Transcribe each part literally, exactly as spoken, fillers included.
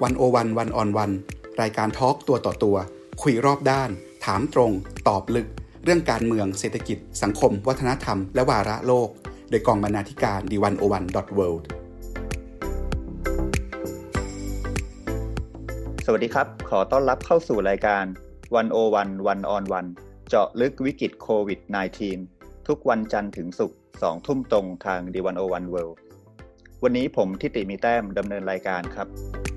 วันโอวันวันออนวันรายการทอล์กตัวต่อตัวคุยรอบด้านถามตรงตอบลึกเรื่องการเมืองเศรษฐกิจสังคมวัฒนธรรมและวาระโลกโดยกองบรรณาธิการ ดี วัน โอ วัน ดอท เวิลด์สวัสดีครับขอต้อนรับเข้าสู่รายการวันโอวันวันออนวันเจาะลึกวิกฤตโควิด สิบเก้า ทุกวันจันทร์ถึงศุกร์สองทุ่มตรงทาง ดี วัน โอ วัน World วันนี้ผมทิติมีแต้มดำเนินรายการครับ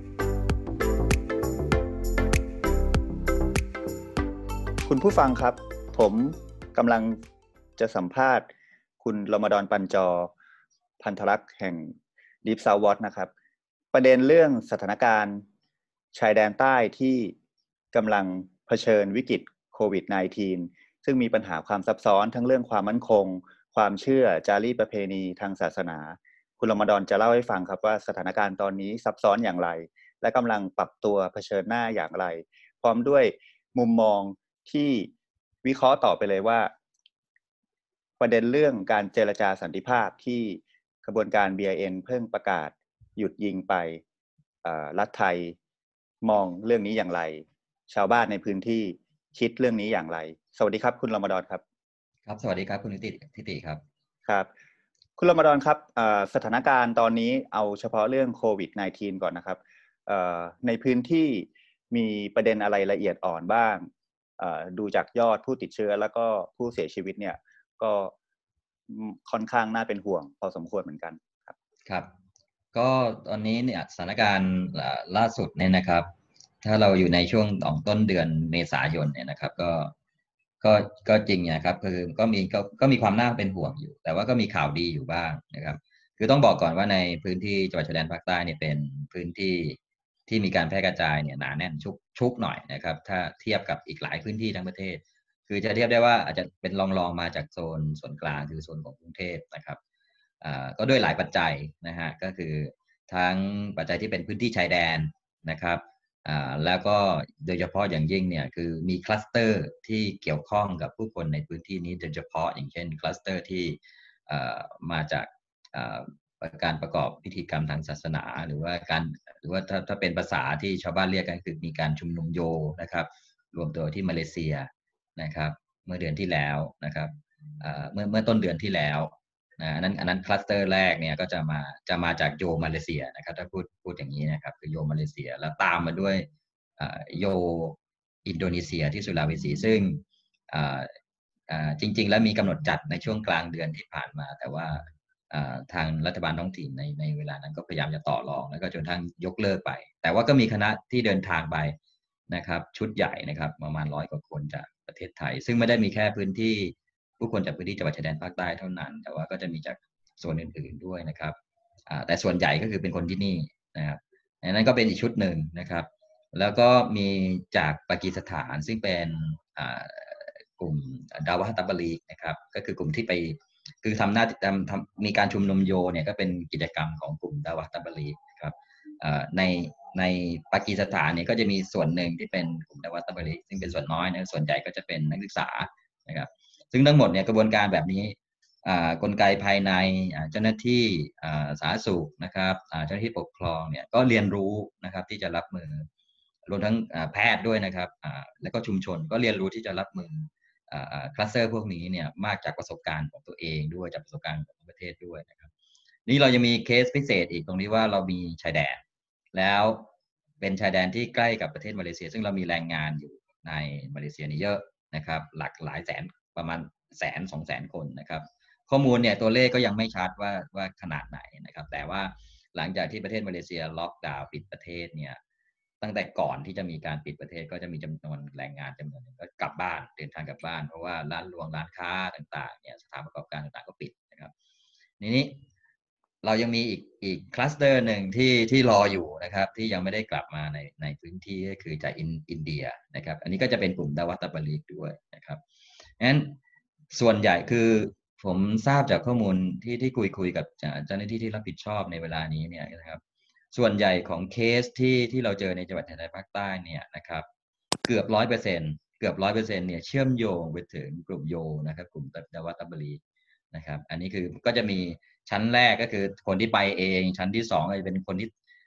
คุณผู้ฟังครับผมกำลังจะสัมภาษณ์คุณรมฎอนปัญจอพันธรักษ์แห่ง Deep South Watch นะครับประเด็นเรื่องสถานการณ์ชายแดนใต้ที่กำลังเผชิญวิกฤตโควิด สิบเก้า ซึ่งมีปัญหาความซับซ้อนทั้งเรื่องความมั่นคงความเชื่อจารีตประเพณีทางศาสนาคุณรมฎอนจะเล่าให้ฟังครับว่าสถานการณ์ตอนนี้ซับซ้อนอย่างไรและกำลังปรับตัวเผชิญหน้าอย่างไรพร้อมด้วยมุมมองที่วิเคราะห์ต่อไปเลยว่าประเด็นเรื่องการเจรจาสันติภาพที่กระบวนการ บี ไอ เอ็น เพิ่งประกาศหยุดยิงไปรัฐไทยมองเรื่องนี้อย่างไรชาวบ้านในพื้นที่คิดเรื่องนี้อย่างไรสวัสดีครับคุณรมฎอนครับครับสวัสดีครับคุณนิติทิติครับครับคุณรมฎอนครับสถานการณ์ตอนนี้เอาเฉพาะเรื่องโควิด สิบเก้า ก่อนนะครับในพื้นที่มีประเด็นอะไรละเอียดอ่อนบ้างดูจากยอดผู้ติดเชื้อแล้วก็ผู้เสียชีวิตเนี่ยก็ค่อนข้างน่าเป็นห่วงพอสมควรเหมือนกันครับครับก็ตอนนี้เนี่ยสถานการณ์ล่าสุดเนี่ยนะครับถ้าเราอยู่ในช่วงของต้นเดือนเมษายนเนี่ยนะครับก็ก็ก็จริงนะครับคือก็มีก็ก็มีความน่าเป็นห่วงอยู่แต่ว่าก็มีข่าวดีอยู่บ้างนะครับคือต้องบอกก่อนว่าในพื้นที่จังหวัดชายแดนภาคใต้เนี่ยเป็นพื้นที่ที่มีการแพร่กระจายเนี่ยหนาแน่นชุกชุกหน่อยนะครับถ้าเทียบกับอีกหลายพื้นที่ทั้งประเทศคือจะเทียบได้ว่าอาจจะเป็นรองรองมาจากโซนส่วนกลางคือโซนของกรุงเทพนะครับอ่าก็ด้วยหลายปัจจัยนะฮะก็คือทั้งปัจจัยที่เป็นพื้นที่ชายแดนนะครับอ่าแล้วก็โดยเฉพาะอย่างยิ่งเนี่ยคือมีคลัสเตอร์ที่เกี่ยวข้องกับผู้คนในพื้นที่นี้โดยเฉพาะอย่างเช่นคลัสเตอร์ที่อ่ามาจากอ่าการประกอบพิธีกรรมทางศาสนาหรือว่าการหรือว่าถ้าถ้าเป็นภาษาที่ชาวบ้านเรียกกันคือมีการชุมนุมโยนะครับรวมตัวที่มาเลเซียนะครับเมื่อเดือนที่แล้วนะครับเมื่อเมื่อต้นเดือนที่แล้วนะอันนั้นอันนั้นคลัสเตอร์แรกเนี่ยก็จะมาจะมาจากโยมาเลเซียนะครับถ้าพูดพูดอย่างนี้นะครับคือโยมาเลเซียแล้วตามมาด้วยโยอินโดนีเซียที่สุราเวสีซึ่งจริงๆแล้วมีกำหนดจัดในช่วงกลางเดือนที่ผ่านมาแต่ว่าทางรัฐบาลท้องถิ่นในในเวลานั้นก็พยายามจะต่อรองแล้วก็จนทั้งยกเลิกไปแต่ว่าก็มีคณะที่เดินทางไปนะครับชุดใหญ่นะครับประมาณร้อยกว่าคนจากประเทศไทยซึ่งไม่ได้มีแค่พื้นที่ผู้คนจากพื้นที่จังหวัดชายแดนภาคใต้เท่านั้นแต่ว่าก็จะมีจากส่วนอื่นๆด้วยนะครับแต่ส่วนใหญ่ก็คือเป็นคนที่นี่นะครับนั้นก็เป็นอีกชุดหนึ่งนะครับแล้วก็มีจากปากีสถานซึ่งเป็นกลุ่มดาวะตับบลีกนะครับก็คือกลุ่มที่ไปคือทำหน้าทำทำมีการชุมนุมโยเนี่ยก็เป็นกิจกรรมของกลุ่มดาวะตับบลีกนะครับในในปากีสถานเนี่ยก็จะมีส่วนหนึ่งที่เป็นกลุ่มดาวะตับบลีกซึ่งเป็นส่วนน้อยนะส่วนใหญ่ก็จะเป็นนักศึกษานะครับซึ่งทั้งหมดเนี่ยกระบวนการแบบนี้กลไกภายในเจ้าหน้าที่สาธารณสุขนะครับเจ้าหน้าที่ปกครองเนี่ยก็เรียนรู้นะครับที่จะรับมือรวมทั้งแพทย์ด้วยนะครับและก็ชุมชนก็เรียนรู้ที่จะรับมือคลัสเตอร์พวกนี้เนี่ยมากจากประสบการณ์ของตัวเองด้วยจากประสบการณ์ของประเทศด้วยนะครับนี่เรายังมีเคสพิเศษอีกตรงนี้ว่าเรามีชายแดนแล้วเป็นชายแดนที่ใกล้กับประเทศมาเลเซียซึ่งเรามีแรงงานอยู่ในมาเลเซียนี่เยอะนะครับหลักหลายแสนประมาณแสนสองแสนคนนะครับข้อมูลเนี่ยตัวเลขก็ยังไม่ชัดว่าว่าขนาดไหนนะครับแต่ว่าหลังจากที่ประเทศมาเลเซียล็อกดาวน์ปิดประเทศเนี่ยตั้งแต่ก่อนที่จะมีการปิดประเทศก็จะมีจำนวนแรงงานจำนวนนึงก็กลับบ้านเดินทางกลับบ้านเพราะว่าร้านรวงร้านค้าต่างๆเนี่ยสถานประกอบการต่างๆก็ปิดนะครับทีนี้เรายังมีอีกอีกคลัสเตอร์หนึ่งที่ที่รออยู่นะครับที่ยังไม่ได้กลับมาในในพื้นที่ก็คือจากอินเดียนะครับอันนี้ก็จะเป็นกลุ่มดาวัตตาบาลีกด้วยนะครับงั้นส่วนใหญ่คือผมทราบจากข้อมูลที่ที่คุยคุยกับเจ้าหน้าที่ที่รับผิดชอบในเวลานี้เนี่ยนะครับส่วนใหญ่ของเคสที่ที่เราเจอในจังหวัดชายแดนภาคใต้เนี่ยนะครับเกือบร้อยเปอร์เซ็นต์เกือบร้อยเปอร์เซ็นต์เนี่ยเชื่อมโยงไปถึงกลุ่มโยนะครับกลุ่มดาวัตตาบาลีกนะครับอันนี้คือก็จะมีชั้นแรกก็คือคนที่ไปเองชั้นที่สองก็จะเป็นคนที่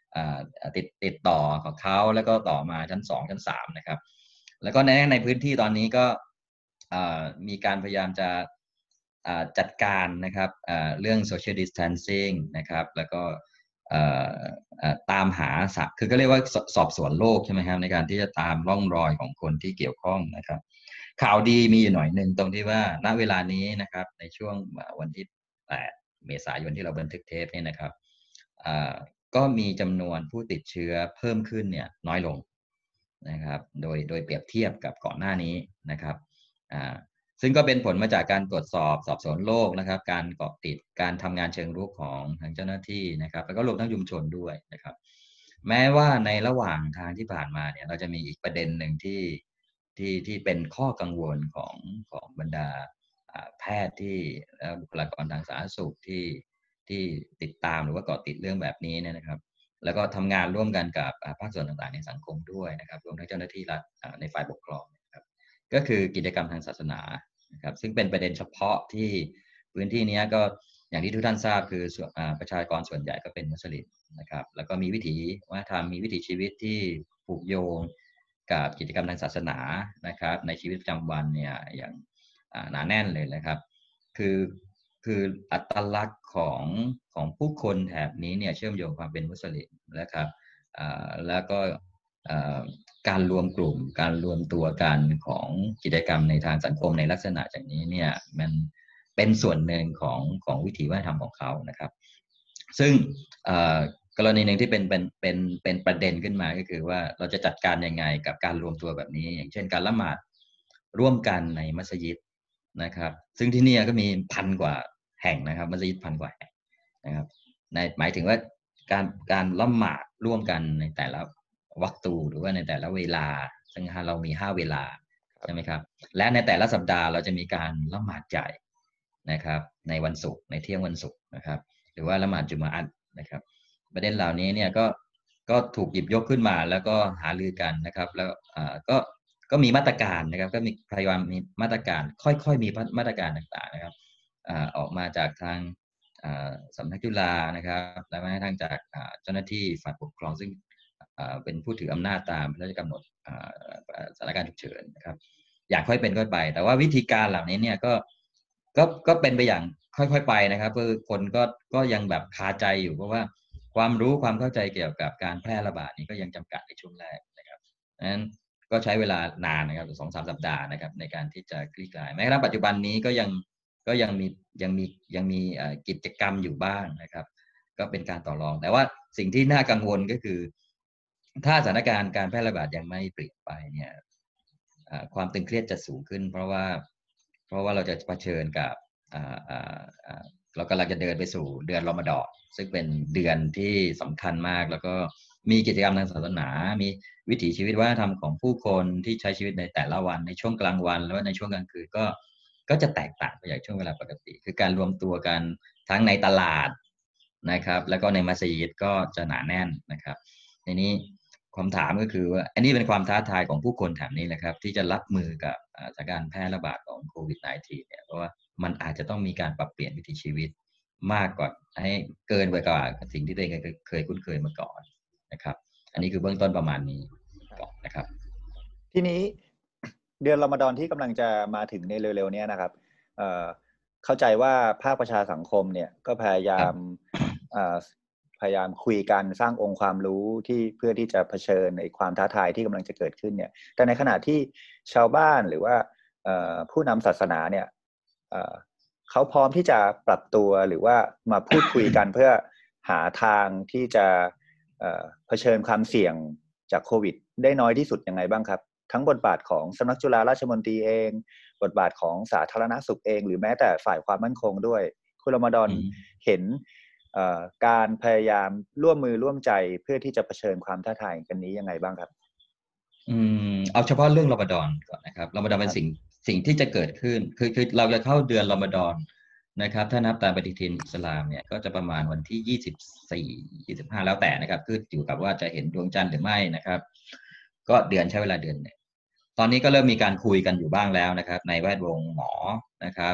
ติดติดต่อของเขาแล้วก็ต่อมาชั้นสองชั้นสามนะครับแล้วก็ในในพื้นที่ตอนนี้ก็มีการพยายามจะจัดการนะครับเรื่อง social distancing นะครับแล้วก็ตามหาสัตว์คือก็เรียกว่าสอบสวนโรคใช่ไหมครับในการที่จะตามร่องรอยของคนที่เกี่ยวข้องนะครับข่าวดีมีอยู่หน่อยหนึ่งตรงที่ว่าณเวลานี้นะครับในช่วงวันที่แปดเมษายนที่เราบันทึกเทปนี่นะครับก็มีจำนวนผู้ติดเชื้อเพิ่มขึ้นเนี่ยน้อยลงนะครับโดยโดยเปรียบเทียบกับก่อนหน้านี้นะครับซึ่งก็เป็นผลมาจากการตรวจสอบสอบสวนโรคนะครับการเกาะติดการทำงานเชิงรุกของทางเจ้าหน้าที่นะครับแล้วก็รวมทั้งชุมชนด้วยนะครับแม้ว่าในระหว่างทางที่ผ่านมาเนี่ยเราจะมีอีกประเด็นหนึ่งที่ที่ที่เป็นข้อกังวลของของบรรดาแพทย์ที่และบุคลากรทางสาธารณสุขที่ที่ติดตามหรือว่าเกาะติดเรื่องแบบนี้เนี่ยนะครับแล้วก็ทำงานร่วมกันกับภาคส่วนต่างๆในสังคมด้วยนะครับรวมทั้งเจ้าหน้าที่รัฐในฝ่ายปกครองนะครับก็คือกิจกรรมทางศาสนานะครับซึ่งเป็นประเด็นเฉพาะที่พื้นที่นี้ก็อย่างที่ทุกท่านทราบคือประชากรส่วนใหญ่ก็เป็นมุสลิมนะครับแล้วก็มีวิถีวัฒนธรรมมีวิถีชีวิตที่ผูกโยงกับกิจกรรมทางศาสนานะครับในชีวิตประจำวันเนี่ยอย่างหนาแน่นเลยนะครับคือคืออัตลักษณ์ของของผู้คนแถบนี้เนี่ยเชื่อมโยงความเป็นมุสลิมนะครับแล้วก็การรวมกลุ่มการรวมตัวกันของกิจกรรมในทางสังคมในลักษณะอย่างนี้เนี่ยมันเป็นส่วนหนึ่งของของวิถีวัฒนธรรมของเขานะครับซึ่งกรณีหนึ่งที่เป็นเป็นเป็นเป็นประเด็นขึ้นมาก็คือว่าเราจะจัดการยังไงกับการรวมตัวแบบนี้อย่างเช่นการละหมาดร่วมกันในมัสยิดนะครับซึ่งที่นี่ก็มีพันกว่าแห่งนะครับมัสยิดพันกว่าแห่งนะครับในหมายถึงว่าการการละหมาดร่วมกันในแต่ละวักตูหรือว่าในแต่ละเวลาซึ่งเรามีห้าเวลาใช่ไหมครับและในแต่ละสัปดาห์เราจะมีการละหมาดใหญ่นะครับในวันศุกร์ในเที่ยงวันศุกร์นะครับหรือว่าละหมาดจุมอะห์นะครับประเด็นเหล่านี้เนี่ยก็ก็ถูกหยิบยกขึ้นมาแล้วก็หารือกันนะครับแล้วก็ก็มีมาตรการนะครับก็มีพยายามมีมาตรการค่อยๆมีมาตรการต่างๆนะครับออกมาจากทางสำนักจุฬานะครับและแม้กระทั่งจากเจ้าหน้าที่ฝ่ายปกครองซึ่งเป็นผู้ถืออำนาจตามพระราชกำหนดสถานการณ์ฉุกเฉินนะครับอยากค่อยเป็นค่อยไปแต่ว่าวิธีการเหล่านี้เนี่ยก็ก็ก็เป็นไปอย่างค่อยๆไปนะครับเพื่อคนก็ก็ยังแบบคาใจอยู่เพราะว่าความรู้ความเข้าใจเกี่ยวกับการแพร่ระบาดนี้ก็ยังจำกัดในช่วงแรกนะครับนั้นก็ใช้เวลานานนะครับสองสามสัปดาห์นะครับในการที่จะคลี่คลายแม้กระทั่งปัจจุบันนี้ก็ยังก็ยังมียังมียังมีกิจกรรมอยู่บ้างนะครับก็เป็นการต่อรองแต่ว่าสิ่งที่น่ากังวลก็คือถ้าสถานการณ์การแพร่ระบาดยังไม่เปลี่ยนไปเนี่ยความตึงเครียดจะสูงขึ้นเพราะว่าเพราะว่าเราจะเผชิญกับเรากำลังจะเดินไปสู่เดือนรอมฎอนซึ่งเป็นเดือนที่สำคัญมากแล้วก็มีกิจกรรมทางศาสนามีวิถีชีวิตวัฒนธรรมของผู้คนที่ใช้ชีวิตในแต่ละวันในช่วงกลางวันแล้วในช่วงกลางคืนก็ก็จะแตกต่างไปจากช่วงเวลาปกติคือการรวมตัวกันทั้งในตลาดนะครับแล้วก็ในมัสยิดก็จะหนาแน่นนะครับในนี้คำถามก็คือว่าอันนี้เป็นความท้าทายของผู้คนแถบนี้แหละครับที่จะรับมือกับสถานการณ์แพร่ระบาดของโควิด สิบเก้า เนี่ยเพราะว่ามันอาจจะต้องมีการปรับเปลี่ยนวิถีชีวิตมากกว่าให้เกินไปกว่าสิ่งที่ตัวเองเคยคุ้นเคยมาก่อนนะครับอันนี้คือเบื้องต้นประมาณนี้ก่อนนะครับทีนี้เดือนรอมฎอนที่กำลังจะมาถึงในเร็วๆนี้นะครับเอ่อเข้าใจว่าภาคประชาสังคมเนี่ยก็พยายามพยายามคุยกันสร้างองค์ความรู้ที่เพื่อที่จะเผชิญในความท้าทายที่กำลังจะเกิดขึ้นเนี่ยแต่ในขณะที่ชาวบ้านหรือว่าผู้นำศาสนาเนี่ยเขาพร้อมที่จะปรับตัวหรือว่ามาพูดคุยกันเพื่อหาทางที่จะเผชิญความเสี่ยงจากโควิดได้น้อยที่สุดยังไงบ้างครับทั้งบทบาทของสำนักจุฬาราชมนตรีเองบทบาทของสาธารณสุขเองหรือแม้แต่ฝ่ายความมั่นคงด้วยคุณรอมฎอนเห็นการพยายามร่วมมือร่วมใจเพื่อที่จะเผชิญความท้าทายกันนี้ยังไงบ้างครับอืมเอาเฉพาะเรื่องรอมฎอนก่อนนะครับรอมฎอนเป็นสิ่งสิ่งที่จะเกิดขึ้นคือคือเราจะเข้าเดือนรอมฎอนนะครับถ้านับตามปฏิทินอิสลามเนี่ยก็จะประมาณวันที่ยี่สิบสี่ ยี่สิบห้าแล้วแต่นะครับคืออยู่กับว่าจะเห็นดวงจันทร์หรือไม่นะครับก็เดือนใช้เวลาเดือนเนี่ยตอนนี้ก็เริ่มมีการคุยกันอยู่บ้างแล้วนะครับในแวดวงหมอนะครับ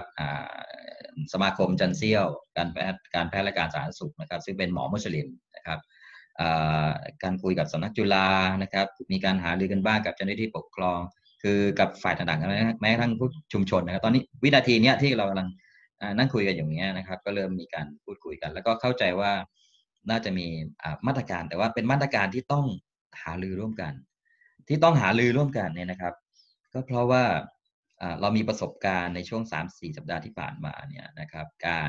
สมาคมจันเซียวการแพทย์การแพทย์และการสาธารณสุขนะครับซึ่งเป็นหมอมุสลิมนะครับการคุยกับสำนักจุฬานะครับมีการหารือกันบ้างกับเจ้าหน้าที่ปกครองคือกับฝ่ายต่างๆแม้กระทั่งผู้ชุมชนนะครับตอนนี้วินาทีนี้ที่เรากำลังนั่งคุยกันอย่างนี้นะครับก็เริ่มมีการพูดคุยกันแล้วก็เข้าใจว่าน่าจะมีมาตรการแต่ว่าเป็นมาตรการที่ต้องหารือร่วมกันที่ต้องหารือร่วมกันเนี่ยนะครับก็เพราะว่าเรามีประสบการณ์ในช่วง สามถึงสี่ สัปดาห์ที่ผ่านมาเนี่ยนะครับการ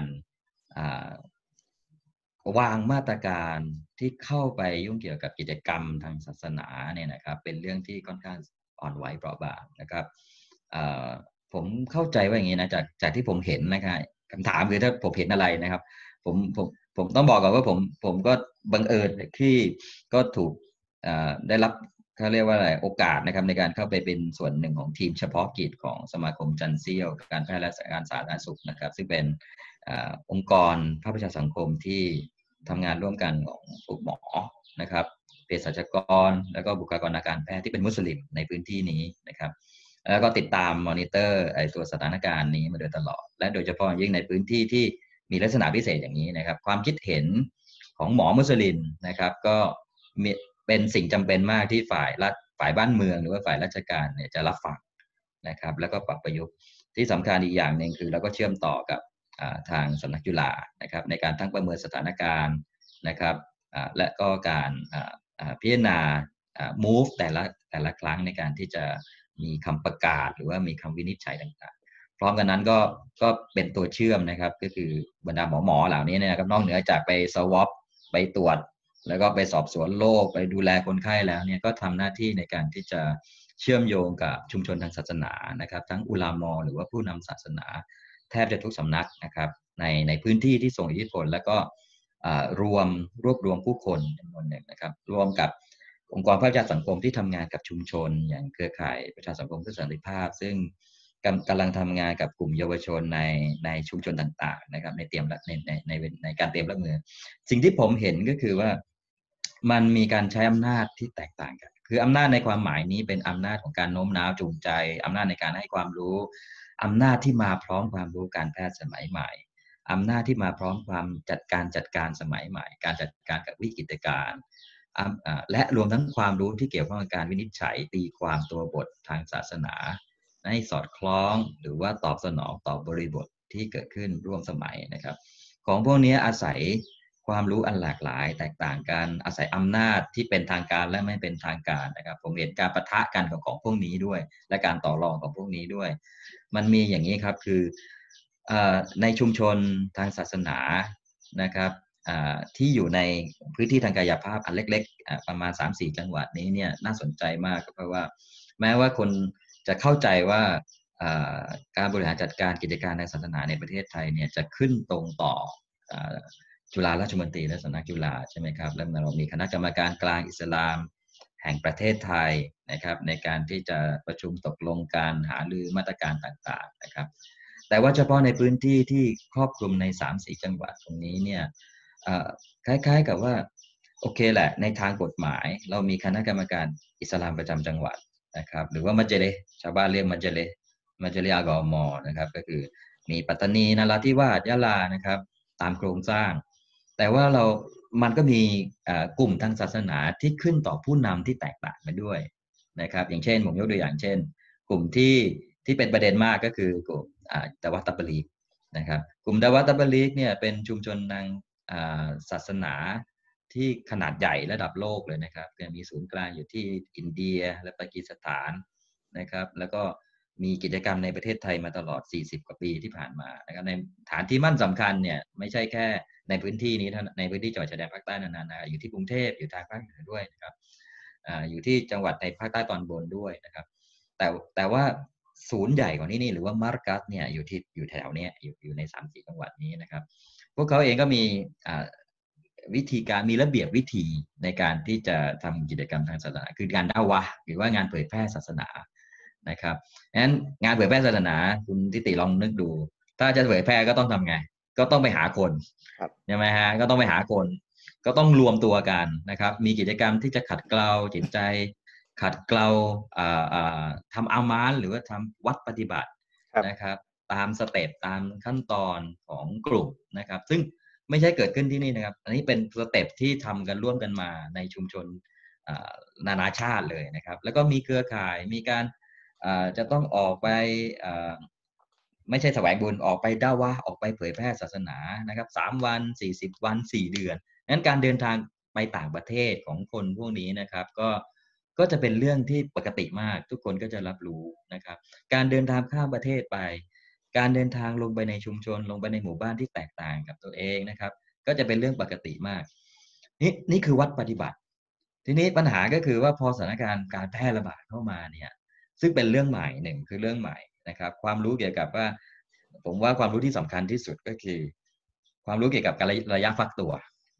วางมาตรการที่เข้าไปยุ่งเกี่ยวกับกิจกรรมทางศาสนาเนี่ยนะครับเป็นเรื่องที่ค่อนข้างอ่อนไหวเปราะบางนะครับผมเข้าใจว่าอย่างนี้นะจากจากที่ผมเห็นนะครับคำถามคือถ้าผมเห็นอะไรนะครับผมผมผมต้องบอกก่อนว่าผมผมก็บังเอิญที่ก็ถูกได้รับเขาเรียกว่าอะไรโอกาสนะครับในการเข้าไปเป็นส่วนหนึ่งของทีมเฉพาะกิจของสมาคมจันเซียวการแพทย์และการสาธารณสุขนะครับซึ่งเป็นองค์กรภาคประชาสังคมที่ทำงานร่วมกันของกลุ่มหมอนะครับเภสัชกรแล้วก็บุคลากรทางการแพทย์ที่เป็นมุสลิมในพื้นที่นี้นะครับแล้วก็ติดตามมอนิเตอร์ไอ้ตัวสถานการณ์นี้มาโดยตลอดและโดยเฉพาะยิ่งในพื้นที่ที่มีลักษณะพิเศษอย่างนี้นะครับความคิดเห็นของหมอมุสลิมนะครับก็มีเป็นสิ่งจำเป็นมากที่ฝ่ายรัฐฝ่ายบ้านเมืองหรือว่าฝ่ายราชการเนี่ยจะรับฟังนะครับแล้วก็ปรับประยุกต์ที่สำคัญอีกอย่างหนึ่งคือเราก็เชื่อมต่อกับทางสำนักจุฬานะครับในการทั้งประเมินสถานการณ์นะครับและก็การพิจารณา move แต่ละแต่ละครั้งในการที่จะมีคำประกาศหรือว่ามีคำวินิจฉัยต่างๆพร้อมกันนั้นก็ก็เป็นตัวเชื่อมนะครับก็คือบรรดาหมอหมอเหล่านี้เนี่ยนะครับนอกเหนือจากไปสวอปไปตรวจแล้วก็ไปสอบสวนโรคไปดูแลคนไข้แล้วเนี่ยก็ทำหน้าที่ในการที่จะเชื่อมโยงกับชุมชนทางศาสนานะครับทั้งอุลามอหรือว่าผู้นำศาสนาแทบจะทุกสำนักนะครับในในพื้นที่ที่ส่งอิทธิพลแล้วก็รวมรวบรวมผู้คนจำนวนหนึ่งนะครับรวมกับองค์กรภาคประชาสังคมที่ทำงานกับชุมชนอย่างเครือข่ายประชาสังคมเพื่อสันติภาพซึ่งกำลังทำงานกับกลุ่มเยาวชนในในชุมชนต่างๆนะครับในเตรียมในในในในการเตรียมรับมือสิ่งที่ผมเห็นก็คือว่ามันมีการใช้อำนาจที่แตกต่างกันคืออำนาจในความหมายนี้เป็นอำนาจของการโน้มน้าวจูงใจอำนาจในการให้ความรู้อำนาจที่มาพร้อมความรู้การแพทย์สมัยใหม่อำนาจที่มาพร้อมความจัดการจัดการสมัยใหม่การจัดการกับวิกฤตการณ์และรวมทั้งความรู้ที่เกี่ยวข้องกับการวินิจฉัยตีความตัวบททางศาสนาให้สอดคล้องหรือว่าตอบสนองต่อบริบทที่เกิดขึ้นร่วมสมัยนะครับของพวกนี้อาศัยความรู้อันหลากหลายแตกต่างกันอาศัยอำนาจที่เป็นทางการและไม่เป็นทางการนะครับผมเห็นการปะทะกันของของพวกนี้ด้วยและการต่อรองของพวกนี้ด้วยมันมีอย่างนี้ครับคือในชุมชนทางศาสนานะครับที่อยู่ในพื้นที่ทางกายภาพอันเล็กๆประมาณ สามถึงสี่ จังหวัดนี้เนี่ยน่าสนใจมากเพราะว่าแม้ว่าคนจะเข้าใจว่าการบริหารจัดการกิจการทางศาสนาในประเทศไทยเนี่ยจะขึ้นตรงต่อจุฬาราชมนตรีและสำนักจุฬาใช่ไหมครับแล้วเรามีคณะกรรมการกลางอิสลามแห่งประเทศไทยนะครับในการที่จะประชุมตกลงการหารือมาตรการต่างๆนะครับแต่ว่าเฉพาะในพื้นที่ที่ครอบคลุมใน สามถึงสี่ จังหวัดตรงนี้เนี่ยคล้ายๆกับว่าโอเคแหละในทางกฎหมายเรามีคณะกรรมการอิสลามประจำจังหวัดนะครับหรือว่ามัจลิสชาวบ้านเรียกมัจลิสมัจลิสอัลกอมอนะครับก็คือมีปัตตานีนราธิวาสยะลานะครับตามโครงสร้างแต่ว่าเรามันก็มีกลุ่มทางศาสนาที่ขึ้นต่อผู้นำที่แตกต่างกันด้วยนะครับอย่างเช่นผมยกตัวอย่างเช่นกลุ่มที่ที่เป็นประเด็นมากก็คือกลุ่มดะวะตับลีกนะครับกลุ่มดะวะตับลีกเนี่ยเป็นชุมชนทางศาสนาที่ขนาดใหญ่ระดับโลกเลยนะครับมีศูนย์กลางอยู่ที่อินเดียและปากีสถานนะครับแล้วก็มีกิจกรรมในประเทศไทยมาตลอดสี่สิบกว่าปีที่ผ่านมานะครับในฐานที่มั่นสำคัญเนี่ยไม่ใช่แค่ในพื้นที่นี้ในพื้นที่จังหวัดชายแดนภาคใต้นานๆอยู่ที่กรุงเทพอยู่ทางภาคเหนือด้วยนะครับอยู่ที่จังหวัดในภาคใต้ตอนบนด้วยนะครับแต่แต่ว่าศูนย์ใหญ่ของที่นี่หรือว่ามาร์กัสเนี่ยอยู่ที่อยู่แถวเนี้ยอยู่อยู่ใน สามถึงสี่ จังหวัดนี้นะครับพวกเขาเองก็มีวิธีการมีระเบียบวิธีในการที่จะทำกิจกรรมทางศาสนาคือการดะอ์วะห์หรือว่างานเผยแพร่ศาสนานะครับงั้นงานเผยแพร่ศาสนาคุณทิติลองนึกดูถ้าจะเผยแพร่ก็ต้องทำไงก็ต้องไปหาคนใช่ไหมฮะก็ต้องไปหาคนก็ต้องรวมตัวกันนะครับมีกิจกรรมที่จะขัดเกลาจิตใจขัดเกลาทำอามานหรือว่าทำวัดปฏิบัตินะครับตามสเต็ปตามขั้นตอนของกลุ่มนะครับซึ่งไม่ใช่เกิดขึ้นที่นี่นะครับอันนี้เป็นสเต็ปที่ทำกันร่วมกันมาในชุมชนนานาชาติเลยนะครับแล้วก็มีเครือข่ายมีการจะต้องออกไปไม่ใช่แสวงบุญออกไปดาวะออกไปเผยแพร่ศาสนานะครับสามวันสี่สิบวันสี่เดือนงั้นการเดินทางไปต่างประเทศของคนพวกนี้นะครับก็ก็จะเป็นเรื่องที่ปกติมากทุกคนก็จะรับรู้นะครับการเดินทางข้ามประเทศไปการเดินทางลงไปในชุมชนลงไปในหมู่บ้านที่แตกต่างกับตัวเองนะครับก็จะเป็นเรื่องปกติมากนี่นี่คือวัดปฏิบัติทีนี้ปัญหาก็คือว่าพอสถานการณ์การแพร่ระบาดเข้ามาเนี่ยซึ่งเป็นเรื่องใหม่หนึ่งคือเรื่องใหม่นะครับความรู้เกี่ยวกับว่าผมว่าความรู้ที่สำคัญที่สุดก็คือความรู้เกี่ยวกับการระยะฟักตัว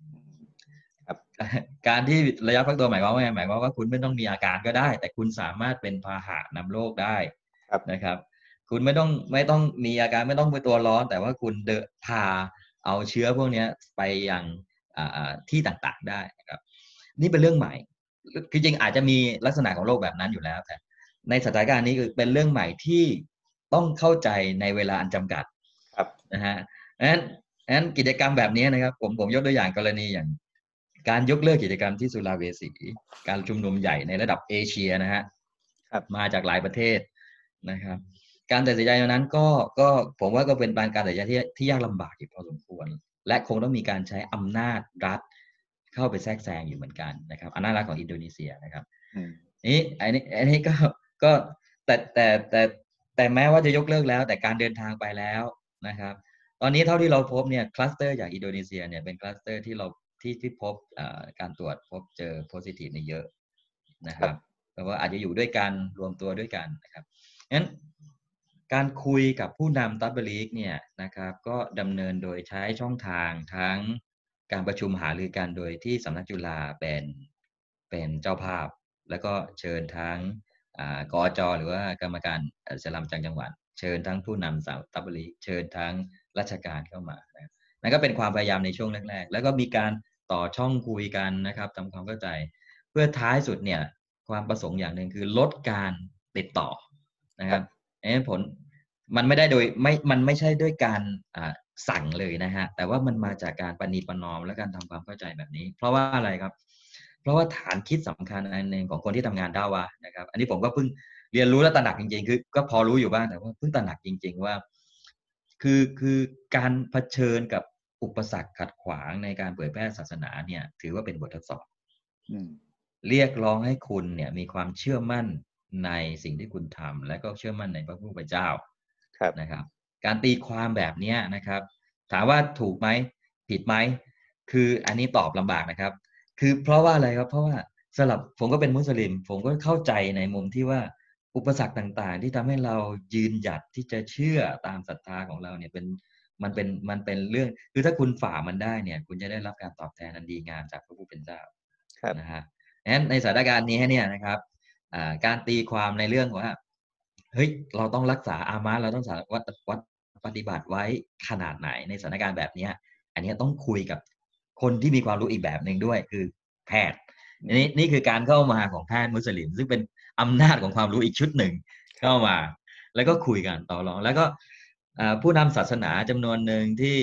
การที่ระยะฟักตัวหมายความว่าไงหมายความว่าคุณไม่ต้องมีอาการก็ได้แต่คุณสามารถเป็นพาหะนำโรคได้นะครับคุณไม่ต้องไม่ต้องมีอาการไม่ต้องไปตัวร้อนแต่ว่าคุณเดนพาเอาเชื้อพวกนี้ไปยังที่ต่างๆได้นะครับนี่เป็นเรื่องใหม่คือจริงอาจจะมีลักษณะของโรคแบบนั้นอยู่แล้วแต่ในสถานการณ์นี้คือเป็นเรื่องใหม่ที่ต้องเข้าใจในเวลาอันจำกัดนะฮะงั้นงั้นกิจกรรมแบบนี้นะครับผมผมยกตัวอย่างกรณีอย่างการยกเลิกกิจกรรมที่สุราเวสีการชุมนุมใหญ่ในระดับเอเชียนะฮะมาจากหลายประเทศนะครับการตัดสินใจนั้นก็ก็ผมว่าก็เป็นการตัดสินใจที่ที่ยากลำบากอยู่พอสมควรและคงต้องมีการใช้อำนาจรัฐเข้าไปแทรกแซงอยู่เหมือนกันนะครับอำนาจรัฐของอินโดนีเซียนะครับนี่อันนี้อันนี้ก็ก็แต่แต่แต่แต่แม้ว่าจะยกเลิกแล้วแต่การเดินทางไปแล้วนะครับตอนนี้เท่าที่เราพบเนี่ยคลัสเตอร์จากอินโดนีเซียเนี่ยเป็นคลัสเตอร์ที่เราที่ที่พบการตรวจพบเจอโพซิทีฟในเยอะนะครับแปลว่าอาจจะอยู่ด้วยกันรวมตัวด้วยกันนะครับงั้นการคุยกับผู้นำตับบลีกเนี่ยนะครับก็ดำเนินโดยใช้ช่องทางทั้งการประชุมหารือกันโดยที่สำนักจุฬาเป็นเป็นเจ้าภาพแล้วก็เชิญทั้งกอจหรือว่ากรรมการอิสลามจังหวัดเชิญทั้งผู้นำสาวตับบลีกเชิญทั้งราชการเข้ามานะนั่นก็เป็นความพยายามในช่วงแรกๆแล้วก็มีการต่อช่องคุยกันนะครับทำความเข้าใจเพื่อท้ายสุดเนี่ยความประสงค์อย่างหนึ่งคือลดการติดต่อนะครับเอ้ผลมันไม่ได้โดยไม่มันไม่ใช่ด้วยการสั่งเลยนะฮะแต่ว่ามันมาจากการประนีประนอมและการทำความเข้าใจแบบนี้เพราะว่าอะไรครับเพราะว่าฐานคิดสำคัญอันหนึ่งของคนที่ทำงานดาวะนะครับอันนี้ผมก็เพิ่งเรียนรู้และตระหนักจริงๆคือก็พอรู้อยู่บ้างแต่ว่าเพิ่งตระหนักจริงๆว่าคือคือการเผชิญกับอุปสรรคขัดขวางในการเผยแพร่ศาสนาเนี่ยถือว่าเป็นบททดสอบเรียกร้องให้คุณเนี่ยมีความเชื่อมั่นในสิ่งที่คุณทำและก็เชื่อมั่นในพระผู้เป็นเจ้านะครับการตีความแบบนี้นะครับถามว่าถูกไหมผิดไหมคืออันนี้ตอบลำบากนะครับคือเพราะว่าอะไรครับเพราะว่าสำหรับผมก็เป็นมุสลิมผมก็เข้าใจในมุมที่ว่าอุปสรรคต่างๆที่ทำให้เรายืนหยัดที่จะเชื่อตามศรัทธาของเราเนี่ยเป็นมันเป็นมันเป็นเรื่องคือถ้าคุณฝ่ามันได้เนี่ยคุณจะได้รับการตอบแทนอันดีงามจากพระผู้เป็นเจ้านะฮะงั้นในสถานการณ์นี้เนี่ยนะครับการตีความในเรื่องว่าเฮ้ยเราต้องรักษาอามาเราต้องสารวัดวัดปฏิบัติไว้ขนาดไหนในสถานการณ์แบบนี้อันนี้ต้องคุยกับคนที่มีความรู้อีกแบบหนึ่งด้วยคือแพทย์นี่นี่คือการเข้ามาของแพทย์มุสลิมซึ่งเป็นอำนาจของความรู้อีกชุดหนึ่งเข้ามาแล้วก็คุยกันต่อรองแล้วก็ผู้นำศาสนาจำนวนหนึ่งที่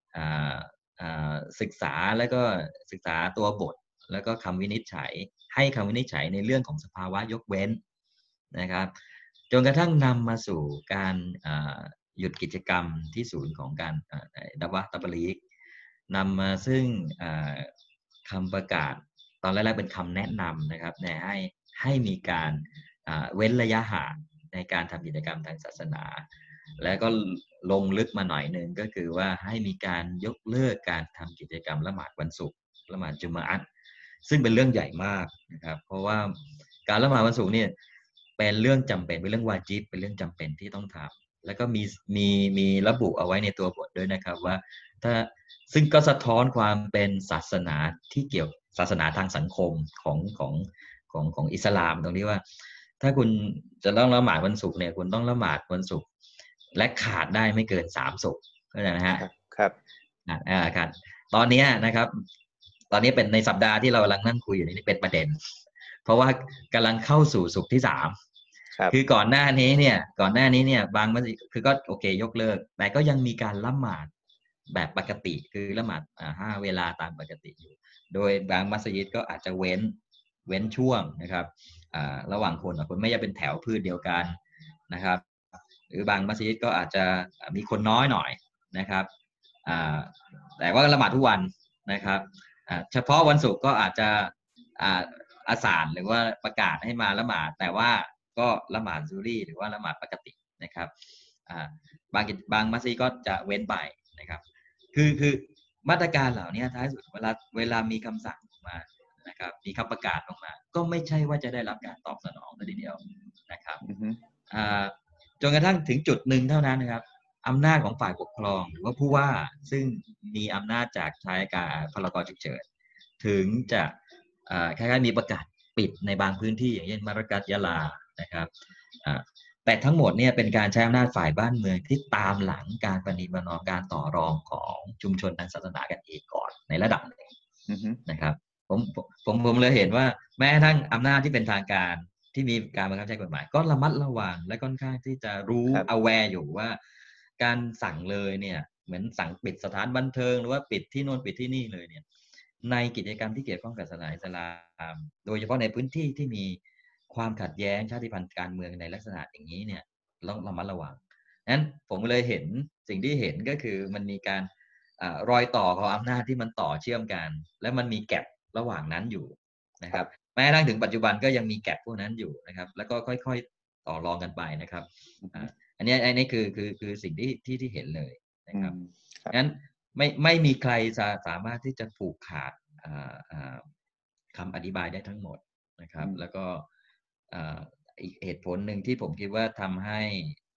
ศึกษาแล้วก็ศึกษาตัวบทแล้วก็คำวินิจฉัยให้คำวินิจฉัยในเรื่องของสภาวะยกเว้นนะครับจนกระทั่งนำมาสู่การหยุดกิจกรรมที่ศูนย์ของการดาวะตับบลีกนำมาซึ่งคำประกาศตอนแรกๆเป็นคำแนะนำนะครับให้ให้มีการเว้นระยะห่างในการทำกิจกรรมทางศาสนาแล้วก็ลงลึกมาหน่อยหนึ่งก็คือว่าให้มีการยกเลิกการทำกิจกรรมละหมาดวันศุกร์ละหมาดจุมอะห์ซึ่งเป็นเรื่องใหญ่มากนะครับเพราะว่าการละหมาดวันศุกร์เนี่ยเป็นเรื่องจำเป็นเป็นเรื่องวาญิบเป็นเรื่องจำเป็นที่ต้องทำแล้วก็มีมีมีระบุเอาไว้ในตัวบทด้วยนะครับว่าถ้าซึ่งก็สะท้อนความเป็นศาสนาที่เกี่ยวศาสนาทางสังคมของของของของอิสลามตรงที่ว่าถ้าคุณจะต้องละหมาดวันศุกร์เนี่ยคุณต้องละหมาดวันศุกร์และขาดได้ไม่เกินสามศุกร์เข้าใจไหมฮะครับอ่าครับตอนนี้นะครับตอนนี้เป็นในสัปดาห์ที่เรากำลังนั่งคุยอยู่นี่เป็นประเด็นเพราะว่ากำลังเข้าสู่ศุกร์ที่สามคือก่อนหน้านี้เนี่ยก่อนหน้านี้เนี่ยบางมัสยิดคือก็โอเคยกเลิกแต่ก็ยังมีการละหมาดแบบปกติคือละหมาดห้าเวลาตามปกติอยู่โดยบางมัสยิดก็อาจจะเว้นเว้นช่วงนะครับระหว่างคนคนไม่จะเป็นแถวพืชเดียวกันนะครับหรือบางมัสยิดก็อาจจะมีคนน้อยหน่อยนะครับแต่ว่าละหมาดทุกวันนะครับเฉพาะวันศุกร์ก็อาจจะอาสานหรือว่าประกาศให้มาละหมาดแต่ว่าก็ละหมาดซูรีหรือว่าละหมาดปกตินะครับบางบางมัสยิดก็จะเว้นไปนะครับคือคือมาตรการเหล่านี้ท้ายสุดเวลาเวลามีคำสั่งออกมานะครับมีคำประกาศออกมาก็ไม่ใช่ว่าจะได้รับการตอบสนองทีเดียวนะครับ uh-huh. จนกระทั่งถึงจุดหนึ่งเท่านั้นนะครับอำนาจของฝ่ายปกครองหรือว่าผู้ว่าซึ่งมีอำนาจจากใช้การพรกฉุกเฉินถึงจะคล้ายๆมีประกาศปิดในบางพื้นที่อย่างเช่นมารากัสยะลานะครับแต่ทั้งหมดเนี่ยเป็นการใช้อำนาจฝ่ายบ้านเมืองที่ตามหลังการประนีประนอมการต่อรองของชุมชนทางศาสนากันเองก่อนในระดับหนึ่ง uh-huh. นะครับผมผมผมเลยเห็นว่าแม้ทั้งอำนาจที่เป็นทางการที่มีการบังคับใช้กฎหมายก็ระมัดระวังและค่อนข้างที่จะรู้ aware อยู่ว่าการสั่งเลยเนี่ยเหมือนสั่งปิดสถานบันเทิงหรือว่าปิดที่โน่นปิดที่นี่เลยเนี่ยในกิจกรรมที่เกี่ยวข้องกับศาสนาอิสลามโดยเฉพาะในพื้นที่ที่มีความขัดแย้งชาติพันธุ์การเมืองในลักษณะอย่างนี้เนี่ยต้องระมัดระวังนั้นผมเลยเห็นสิ่งที่เห็นก็คือมันมีการรอยต่อของอำนาจที่มันต่อเชื่อมกันและมันมีแกประหว่างนั้นอยู่นะครับแม้กระทั่งถึงปัจจุบันก็ยังมีแกปพวกนั้นอยู่นะครับแล้วก็ค่อยๆต่อรองกันไปนะครับอันนี้อันนี้คือคือคือสิ่งที่ที่ที่เห็นเลยนะครับงั้นไม่ไม่มีใครจะสามารถที่จะผูกขาดคำอธิบายได้ทั้งหมดนะครับแล้วก็อีกเหตุผลหนึ่งที่ผมคิดว่าทำให้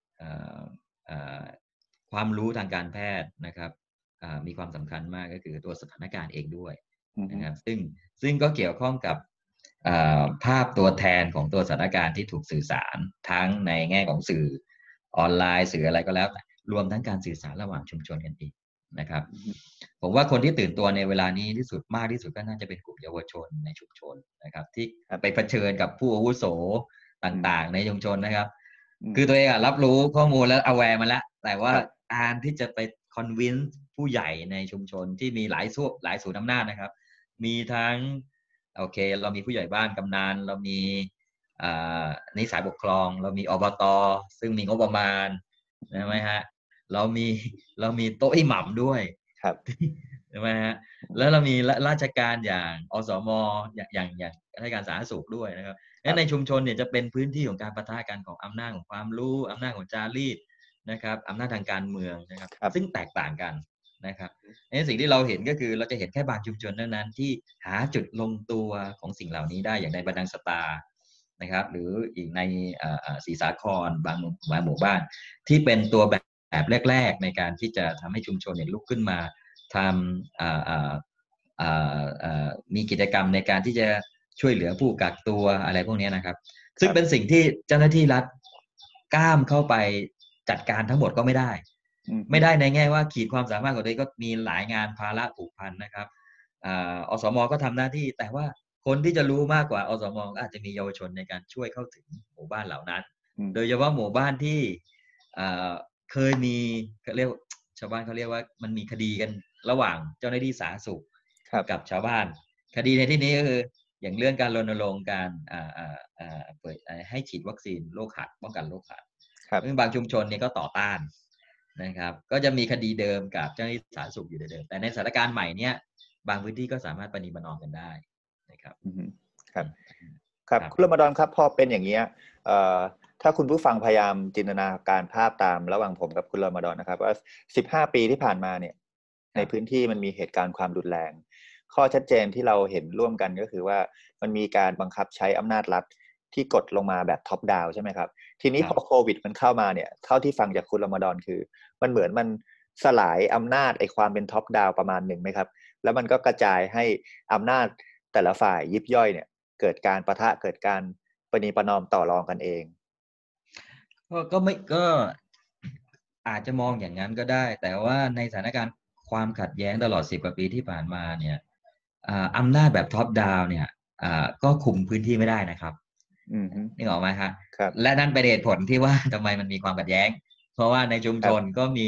ความรู้ทางการแพทย์นะครับมีความสำคัญมากก็คือตัวสถานการณ์เองด้วยนะครับซึ่งซึ่งก็เกี่ยวข้องกับภาพตัวแทนของตัวสถานการณ์ที่ถูกสื่อสารทั้งในแง่ของสื่อออนไลน์สื่ออะไรก็แล้วรวมทั้งการสื่อสารระหว่างชุมชนกันอีกนะครับผมว่าคนที่ตื่นตัวในเวลานี้ที่สุดมากที่สุดก็น่าจะเป็นกลุ่มเยาวชนในชุมชนนะครับที่ไปเผชิญกับผู้อาวุโสต่างๆในชุมชนนะครับคือตัวเองรับรู้ข้อมูลแล้ว aware มาแล้วแต่ว่าการที่จะไป convince ผู้ใหญ่ในชุมชนที่มีหลายส่วนหลายศูนย์อำนาจนะครับมีทั้งโอเคเรามีผู้ใหญ่บ้านกำนันเรามีนิสายปกครองเรามีอบต.ซึ่งมีงบประมาณใช่ไหมฮะเรามีเรามีโต๊ะอิหมัมด้วยครับใช่ไหมฮะแล้วเรามีราชการอย่างอสม.อย่างอย่างอย่างราชการสาธารณสุขด้วยนะครับและในชุมชนเนี่ยจะเป็นพื้นที่ของการปะทะกันของอำนาจของความรู้อำนาจของจารีตนะครับอำนาจทางการเมืองนะครับซึ่งแตกต่างกันนะครับในสิ่งที่เราเห็นก็คือเราจะเห็นแค่บางชุมชนเท่านั้นที่หาจุดลงตัวของสิ่งเหล่านี้ได้อย่างในบันดังสตานะครับหรืออีกในศรีสาครบางหมู่บ้านที่เป็นตัวแบบแบบแรกๆในการที่จะทำให้ชุมชนเนี่ยลุกขึ้นมาทำมีกิจกรรมในการที่จะช่วยเหลือผู้กักตัวอะไรพวกนี้นะครับซึ่งเป็นสิ่งที่เจ้าหน้าที่รัฐก้ามเข้าไปจัดการทั้งหมดก็ไม่ได้ไม่ได้ในแง่ว่าขีดความสามารถของตัวเองก็มีหลายงานภาระผูกพันนะครับอสม.ก็ทำหน้าที่แต่ว่าคนที่จะรู้มากกว่าอสม.ก็อาจจะมีเยาวชนในการช่วยเข้าถึงหมู่บ้านเหล่านั้นโดยเฉพาะหมู่บ้านที่เคยมีเขาเรียกชาวบ้านเขาเรียกว่ามันมีคดีกันระหว่างเจ้าหน้าที่สาธารณสุขกับชาวบ้านคดีในที่นี้ก็คืออย่างเรื่องการรณรงค์การเปิดให้ฉีดวัคซีนโรคหัดป้องกันโรคหัดซึ่งบางชุมชนเนี่ยก็ต่อต้านนะครับก็จะมีคดีเดิมกับเจ้าหน้าที่สาธารณสุขอยู่เดิมแต่ในสถานการณ์ใหม่เนี่ยบางพื้นที่ก็สามารถประนีประนอมกันได้นะครับครับครับคุณรมฎอนครับพอเป็นอย่างนี้ถ้าคุณผู้ฟังพยายามจินตนาการภาพตามระหว่างผมกับคุณรมฎอนนะครับว่าสิบห้าปีที่ผ่านมาเนี่ยในพื้นที่มันมีเหตุการณ์ความรุนแรงข้อชัดเจนที่เราเห็นร่วมกันก็คือว่ามันมีการบังคับใช้อำนาจรัฐที่กดลงมาแบบท็อปดาวน์ใช่ไหมครับทีนี้พอโควิดมันเข้ามาเนี่ยเท่าที่ฟังจากคุณรมฎอนคือมันเหมือนมันสลายอำนาจไอ้ความเป็นท็อปดาวน์ประมาณหนึ่งไหมครับแล้วมันก็กระจายให้อำนาจแต่ละฝ่ายยิบย่อยเนี่ยเกิดการปะทะเกิดการประนีประนอมต่อรองกันเองก็ก็ไม่ก็อาจจะมองอย่างนั้นก็ได้แต่ว่าในสถานการณ์ความขัดแย้งตลอดสิบกว่าปีที่ผ่านมาเนี่ยอำนาจแบบท็อปดาวน์เนี่ยก็คุมพื้นที่ไม่ได้นะครับนี่ออกไหมครับและนั่นเป็นเหตุผลที่ว่าทำไมมันมีความขัดแย้งเพราะว่าในชุมชนก็มี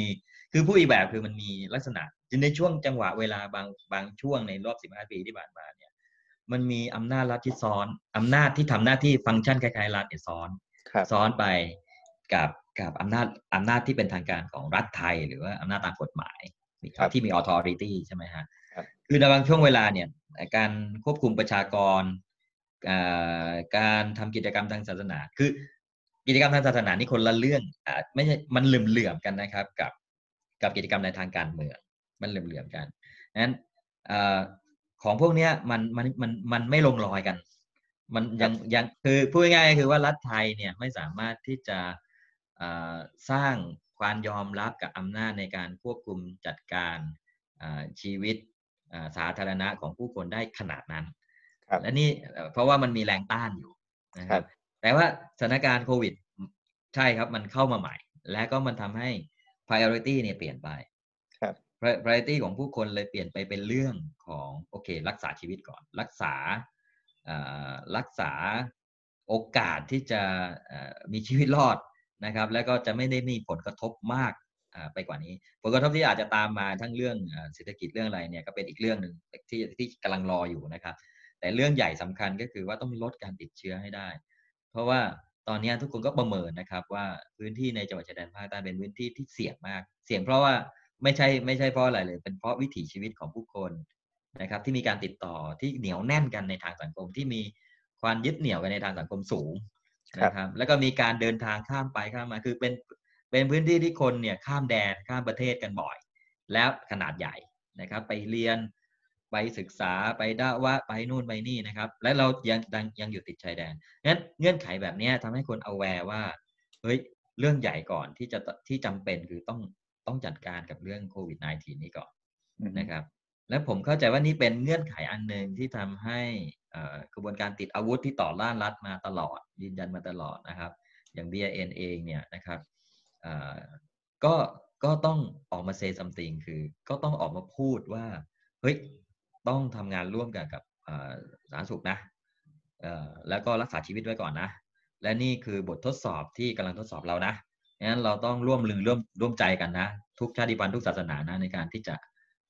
คือพูดอีกแบบคือมันมีลักษณะในช่วงจังหวะเวลาบางบางช่วงในรอบสิบห้าปีที่ผ่านมาเนี่ยมันมีอำนาจรัฐที่ซ้อนอำนาจที่ทำหน้าที่ฟังก์ชันคล้ายๆรัฐเนี่ยซ้อนซ้อนไปกับกับอำนาจอำนาจที่เป็นทางการของรัฐไทยหรือว่าอำนาจตามกฎหมายที่มี authority ใช่ไหมฮะคือในบางช่วงเวลาเนี่ยการควบคุมประชากรการทำกิจกรรมทางศาสนาคือกิจกรรมทางศาสนานี่คนละเรื่องอ่าไม่ใช่มันเหลื่อมๆกันนะครับกับกับกิจกรรมในทางการเมืองมันเหลื่อมๆกันนั้นของพวกนี้มันมันมันมันไม่ลงรอยกันมันยังยังคือพูดง่ายๆคือว่ารัฐไทยเนี่ยไม่สามารถที่จะสร้างความยอมรับกับอำนาจในการควบคุมจัดการชีวิตสาธารณะของผู้คนได้ขนาดนั้นและนี่เพราะว่ามันมีแรงต้านอยู่นะครับแต่ว่าสถานการณ์โควิดใช่ครับมันเข้ามาใหม่และก็มันทำให้ priority เนี่ยเปลี่ยนไปครับ priority ของผู้คนเลยเปลี่ยนไปเป็นเรื่องของโอเครักษาชีวิตก่อนรักษารักษาโอกาสที่จะมีชีวิตรอดนะครับแล้วก็จะไม่ได้มีผลกระทบมากไปกว่านี้ผลกระทบที่อาจจะตามมาทั้งเรื่องเศรษฐกิจเรื่องอะไรเนี่ยก็เป็นอีกเรื่องหนึ่งที่ที่กำลังรออยู่นะครับแต่เรื่องใหญ่สำคัญก็คือว่าต้องลดการติดเชื้อให้ได้เพราะว่าตอนนี้ทุกคนก็ประเมินนะครับว่าพื้นที่ในจังหวัดชายแดนภาคใต้เป็นพื้นที่ที่เสี่ยงมากเสี่ยงเพราะว่าไม่ใช่ไม่ใช่เพราะอะไรเลยเป็นเพราะวิถีชีวิตของผู้คนนะครับที่มีการติดต่อที่เหนียวแน่นกันในทางสังคมที่มีความยึดเหนี่ยวกันในทางสังคมสูงนะครับแล้วก็มีการเดินทางข้ามไปข้ามมาคือเป็นเป็นพื้นที่ที่คนเนี่ยข้ามแดนข้ามประเทศกันบ่อยแล้วขนาดใหญ่นะครับไปเรียนไปศึกษาไปด่าว่าไปนู่นไปนี่นะครับและเรายังยังอยู่ติดชายแดนงั้นเงื่อนไขแบบนี้ทำให้คน aware ว่าเฮ้ยเรื่องใหญ่ก่อนที่จะที่จำเป็นคือต้องต้องจัดการกับเรื่องโควิด สิบเก้า นี้ก่อนนะครับและผมเข้าใจว่านี่เป็นเงื่อนไขอันหนึ่งที่ทำให้กระบวนการติดอาวุธที่ต่อต้านรัฐมาตลอดยืนยันมาตลอดนะครับอย่าง บี ไอ เอ็น เองเนี่ยนะครับก็ก็ต้องออกมา say something คือก็ต้องออกมาพูดว่าเฮ้ยต้องทำงานร่วมกันกับสาธารณสุขนะแล้วก็รักษาชีวิตไว้ก่อนนะและนี่คือบททดสอบที่กำลังทดสอบเรานะงั้นเราต้องร่วมมือร่วมร่วมใจกันนะทุกชาติพันธุ์ทุกศาสนานะในการที่จะ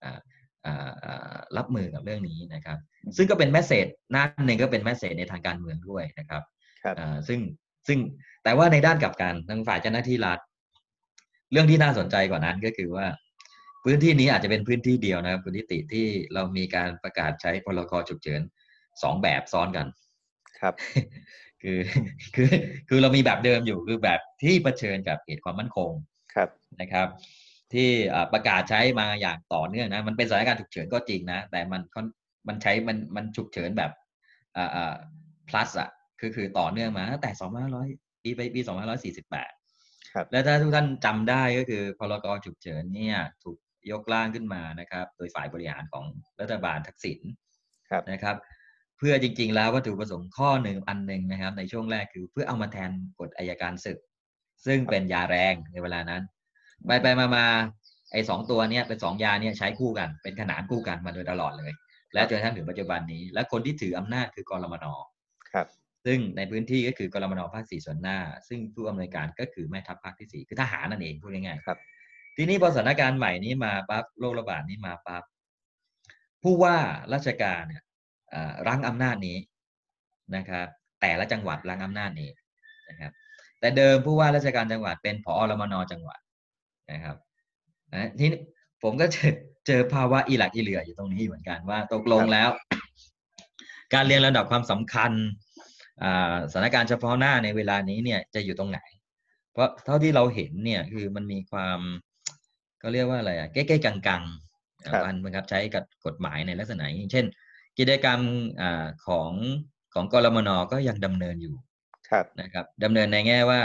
รับมือกับเรื่องนี้นะครับซึ่งก็เป็นแมสเสจหน้าหนึ่งก็เป็นแมสเสจในทางการเมืองด้วยนะครับซึ่งซึ่งแต่ว่าในด้านกลับกันทางฝ่ายเจ้าหน้าที่รัฐเรื่องที่น่าสนใจกว่านั้นก็คือว่าพื้นที่นี้อาจจะเป็นพื้นที่เดียวนะครับคุณนิติที่เรามีการประกาศใช้พรกฉุกเฉินสองแบบซ้อนกันครับคือคือคือเรามีแบบเดิมอยู่คือแบบที่เผชิญกับเหตุความมั่นคงครับนะครับที่ประกาศใช้มาอย่างต่อเนื่องนะมันเป็นสถานการณ์ฉุกเฉินก็จริงนะแต่มันมันใช้มันมันฉุกเฉินแบบอ่าอ่า plus อ่ะคือคือต่อเนื่องมาตั้งแต่สองพันห้าร้อยปีไปปีสองพันห้าร้อยสี่สิบแปดครับและถ้าทุกท่านจำได้ก็คือพรกฉุกเฉินเนี่ยถูกยกร่างขึ้นมานะครับโดยฝ่ายบริหารของรัฐบาลทักษิณนะครับเพื่อจริงๆแล้ววัตถุประสงค์ข้อหนึ่งอันหนึ่งนะครับในช่วงแรกคือเพื่อเอามาแทนกฎอัยการศึกซึ่งเป็นยาแรงในเวลานั้นไปไปมามาไอ้สองตัวเนี้ยเป็นสองยาเนี่ยใช้คู่กันเป็นขนานคู่กันมาโดยตลอดเลยและจนกระทั่งถึงปัจจุบันนี้และคนที่ถืออำนาจคือกรมน. ครับซึ่งในพื้นที่ก็คือกรมน.ภาคสี่ส่วนหน้าซึ่งผู้อำนวยการก็คือแม่ทัพภาคที่สี่คือทหารนั่นเองพูดง่ายๆครับทีนี้พอสถานการณ์ใหม่นี้มาปั๊บโรคระบาดนี้มาปั๊บผู้ว่าราชการเนี่ยรั้งอำนาจนี้นะครับแต่ละจังหวัดรั้งอำนาจนี้นะครับแต่เดิมผู้ว่าราชการจังหวัดเป็นผอ.รมน.จังหวัดนะครับนะทีนี้ผมก็เจอเจอภาวะอีหลักอีเหลืออยู่ตรงนี้เหมือนกันว่าตกลงแล้วการเรียงลำดับความสำคัญสถานการณ์เฉพาะหน้าในเวลานี้เนี่ยจะอยู่ตรงไหนเพราะเท่าที่เราเห็นเนี่ยคือมันมีความก็เรียกว่าอะไรอะใกล้ๆกลางๆการบังคับใช้กับกฎหมายในลักษณะอย่างเช่นกิจกรรมของของกรมน.ก็ยังดำเนินอยู่นะครับดำเนินในแง่ว่า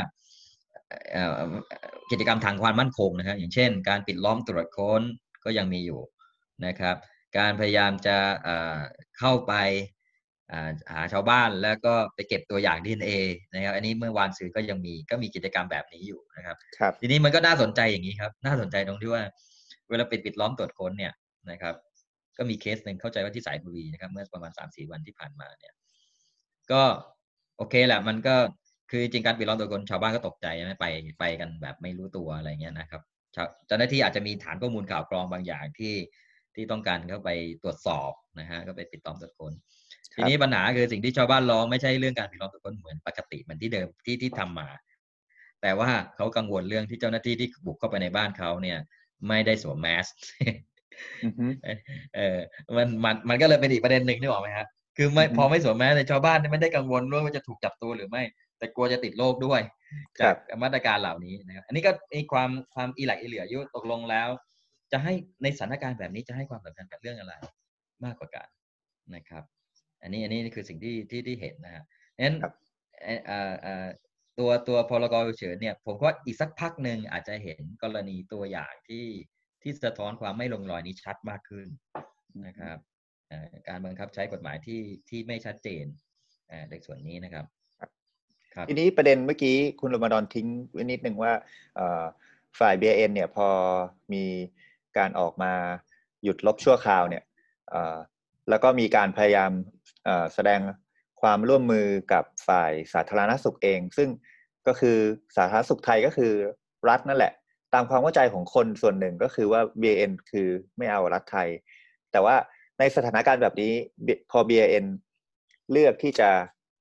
กิจกรรมทางความมั่นคงนะครับอย่างเช่นการปิดล้อมตรวจค้นก็ยังมีอยู่นะครับการพยายามจะเข้าไปหาชาวบ้านแล้วก็ไปเก็บตัวอย่าง ดี เอ็น เอ นะครับอันนี้เมื่อวานสื่อก็ยังมีก็มีกิจกรรมแบบนี้อยู่นะครับทีนี้มันก็น่าสนใจอย่างนี้ครับน่าสนใจตรงที่ว่าเวลาปิดปิดล้อมตรวจค้นเนี่ยนะครับก็มีเคสหนึ่งเข้าใจว่าที่สายบุรีนะครับเมื่อประมาณ สามสี่ วันที่ผ่านมาเนี่ยก็โอเคแหละมันก็คือจริงการปิดล้อมตรวจค้นชาวบ้านก็ตกใจนะไปไปกันแบบไม่รู้ตัวอะไรเงี้ยนะครับเจ้าหน้าที่อาจจะมีฐานข้อมูลข่าวกรองบางอย่างที่ที่ต้องการเข้าไปตรวจสอบนะฮะก็ไปปิดล้อมตรวจค้นทีนี้ปัญหาคือสิ่งที่ชาวบ้านร้องไม่ใช่เรื่องการปิดล้อมตรวจค้นเหมือนปกติเหมือนที่เดิมที่ที่ทำมาแต่ว่าเขากังวลเรื่องที่เจ้าหน้าที่ที่บุกเข้าไปในบ้านเขาเนี่ยไม่ได้สวมแมสเออมันมันมันก็เลยเป็นอีกประเด็นหนึ่งที่บอกไหมครับคือไม่พอไม่สวมแมสในชาวบ้านไม่ได้กังวลว่าจะถูกจับตัวหรือไม่แต่กลัวจะติดโรคด้วยจากมาตรการเหล่านี้นะครับอันนี้ก็มีความความอีหลักอีเหลืออยู่ตกลงแล้วจะให้ในสถานการณ์แบบนี้จะให้ความสำคัญกับเรื่องอะไรมากกว่ากันนะครับอันนี้อันนี้คือสิ่งที่ที่ที่เห็นนะฮะงั้นตัวตัวพรกฉุกเฉินเนี่ยผมว่าอีกสักพักหนึ่งอาจจะเห็นกรณีตัวอย่างที่ที่สะท้อนความไม่ลงรอยนี้ชัดมากขึ้นนะครับการบังคับใช้กฎหมายที่ที่ไม่ชัดเจนในส่วนนี้นะครับทีนี้ประเด็นเมื่อกี้คุณรมฎอนทิ้งไว้นิดนึงว่าฝ่าย บี ไอ เอ็น เนี่ยพอมีการออกมาหยุดลบชั่วคราวเนี่ยแล้วก็มีการพยายามแสดงความร่วมมือกับฝ่ายสาธารณสุขเองซึ่งก็คือสาธารณสุขไทยก็คือรัฐนั่นแหละตามความเข้าใจของคนส่วนหนึ่งก็คือว่า บี ไอ เอ็น คือไม่เอารัฐไทยแต่ว่าในสถานการณ์แบบนี้พอ บี ไอ เอ็น เลือกที่จะ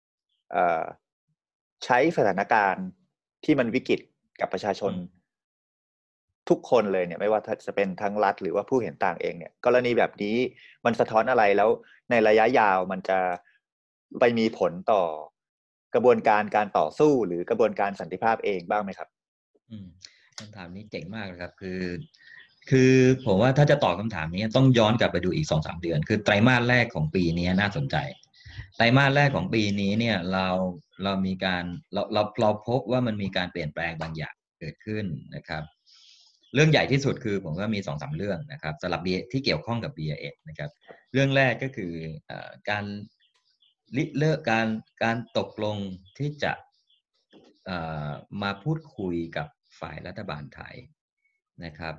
ใช้สถานการณ์ที่มันวิกฤตกับประชาชนทุกคนเลยเนี่ยไม่ว่าจะเป็นทั้งรัฐหรือว่าผู้เห็นต่างเองเนี่ยกรณีแบบนี้มันสะท้อนอะไรแล้วในระยะยาวมันจะไปมีผลต่อกระบวนการการต่อสู้หรือกระบวนการสันติภาพเองบ้างไหมครับอืมคำถามนี้เจ๋งมากเลยครับคือคือผมว่าถ้าจะตอบคำถามนี้ต้องย้อนกลับไปดูอีก สองถึงสาม เดือนคือไตรมาสแรกของปีนี้น่าสนใจไตรมาสแรกของปีนี้เนี่ยเราเรามีการเราเราเราพบว่ามันมีการเปลี่ยนแปลงบางอย่างเกิดขึ้นนะครับเรื่องใหญ่ที่สุดคือผมว่ามี สองถึงสาม เรื่องนะครับสำหรับที่เกี่ยวข้องกับ บี ไอ เอ็น นะครับเรื่องแรกก็คือการเลิกการการตกลงที่จะมาพูดคุยกับฝ่ายรัฐบาลไทยนะครับ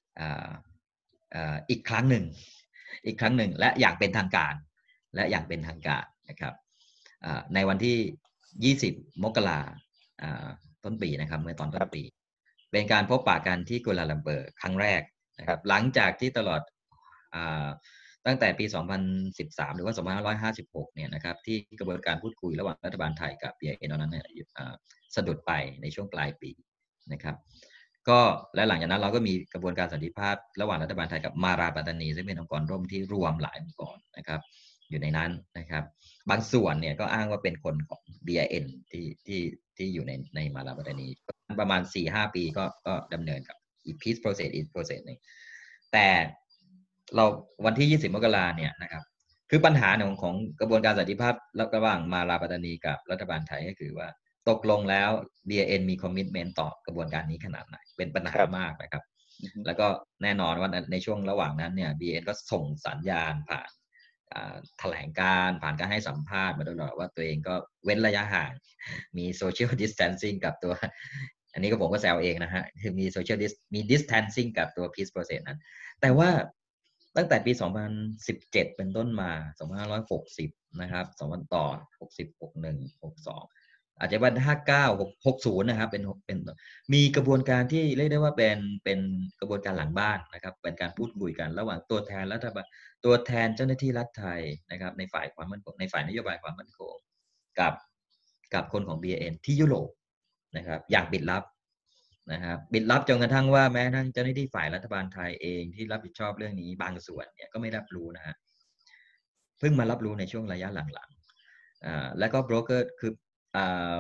อีกครั้งหนึ่งอีกครั้งหนึ่งและอย่างเป็นทางการและอย่างเป็นทางการนะครับในวันที่ยี่สิบมกราคมต้นปีนะครับเมื่อตอนต้นปีเป็นการพบปะกันที่กัวลาลัมเปอร์ครั้งแรกนะครับหลังจากที่ตลอดตั้งแต่ปีสองพันสิบสามหรือว่าสองพันห้าร้อยห้าสิบหกเนี่ยนะครับที่กระบวนการพูดคุยระหว่างรัฐบาลไทยกับ บี ไอ เอ็น นั้นเนี่ยสะดุดไปในช่วงปลายปีนะครับก็และหลังจากนั้นเราก็มีกระบวนการสันติภาพระหว่างรัฐบาลไทยกับมาราปัตตานีซึ่งเป็นองค์กรร่วมที่รวมหลายองค์กรนะครับอยู่ในนั้นนะครับบางส่วนเนี่ยก็อ้างว่าเป็นคนของ บี ไอ เอ็น ที่ที่ที่อยู่ในในมาราปัตตานีประมาณ สี่ถึงห้า ปีก็ก็ดำเนินกับอีก peace process อีก process นึงแต่เราวันที่ยี่สิบมกราเนี่ยนะครับคือปัญหาของของกระบวนการสันติภาพระหว่างมาราปัตตานีกับรัฐบาลไทยก็คือว่าตกลงแล้ว บี ไอ เอ็น มีคอมมิตเมนต์ต่อกระบวนการนี้ขนาดไหนเป็นปัญหามากนะครับแล้วก็แน่นอนว่าในช่วงระหว่างนั้นเนี่ย บี ไอ เอ็น ก็ส่งสัญญาณผ่านแถลงการผ่านการให้สัมภาษณ์มาตลอดว่าตัวเองก็เว้นระยะห่างมี social distancing กับตัวอันนี้ก็ผมก็แซวเองนะฮะคือมี social dis มี distancing กับตัว peace process นั้นแต่ว่าตั้งแต่ปีสองพันสิบเจ็ดเป็นต้นมาสองพันห้าร้อยหกสิบนะครับสองพันต่อหกสิบ หกสิบเอ็ด หกสิบสองอาจจะว่าห้าสิบเก้า หกสิบนะครับเป็นเป็นมีกระบวนการที่เรียกได้ว่าเป็นเป็นกระบวนการหลังบ้านนะครับเป็นการพูดคุยกันระหว่างตัวแทนรัฐบาลตัวแทนเจ้าหน้าที่รัฐไทยนะครับในฝ่ายความมั่นคงในฝ่ายนโยบายความมั่นคงกับกับคนของ บี ไอ เอ็น ที่ยุโรปนะครับอย่างปิดลับนะครับปิดลับจนกระทั่งว่าแม้ทั้งเจ้าหน้าที่ฝ่ายรัฐบาลไทยเองที่รับผิดชอบเรื่องนี้บางส่วนเนี่ยก็ไม่รับรู้นะฮะเพิ่งมารับรู้ในช่วงระยะหลังๆอ่าแล้วก็โบรกเกอร์คืออ่า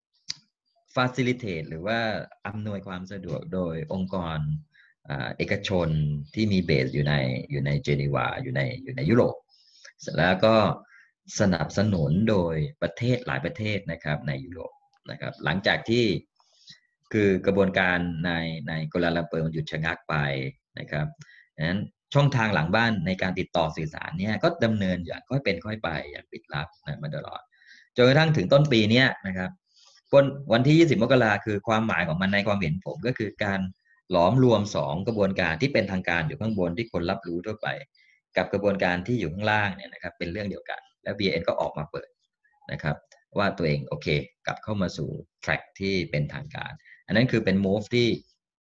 facilitate หรือว่าอำนวยความสะดวกโดยองค์กรเอกชนที่มีเบสอยู่ในอยู่ในเจนีวาอยู่ในอยู่ในยุโรปแล้วก็สนับสนุนโดยประเทศหลายประเทศนะครับในยุโรปนะครับหลังจากที่คือกระบวนการในในกัวลาลัมเปอร์มันหยุดชะงักไปนะครับดังนั้นช่องทางหลังบ้านในการติดต่อสื่อสารเนี่ยก็ดำเนินอย่างค่อยเป็นค่อยไปอย่างปิดลับนะมาตลอดจนกระทั่งถึงต้นปีนี้นะครับวันที่ยี่สิบมกราคือความหมายของมันในความเห็นผมก็คือการหลอมรวมสองกระบวนการที่เป็นทางการอยู่ข้างบนที่คนรับรู้ทั่วไปกับกระบวนการที่อยู่ข้างล่างเนี่ยนะครับเป็นเรื่องเดียวกันแล้ว บี ไอ เอ็น ก็ออกมาเปิดนะครับว่าตัวเองโอเคกลับเข้ามาสู่แทร็กที่เป็นทางการอันนั้นคือเป็น move ที่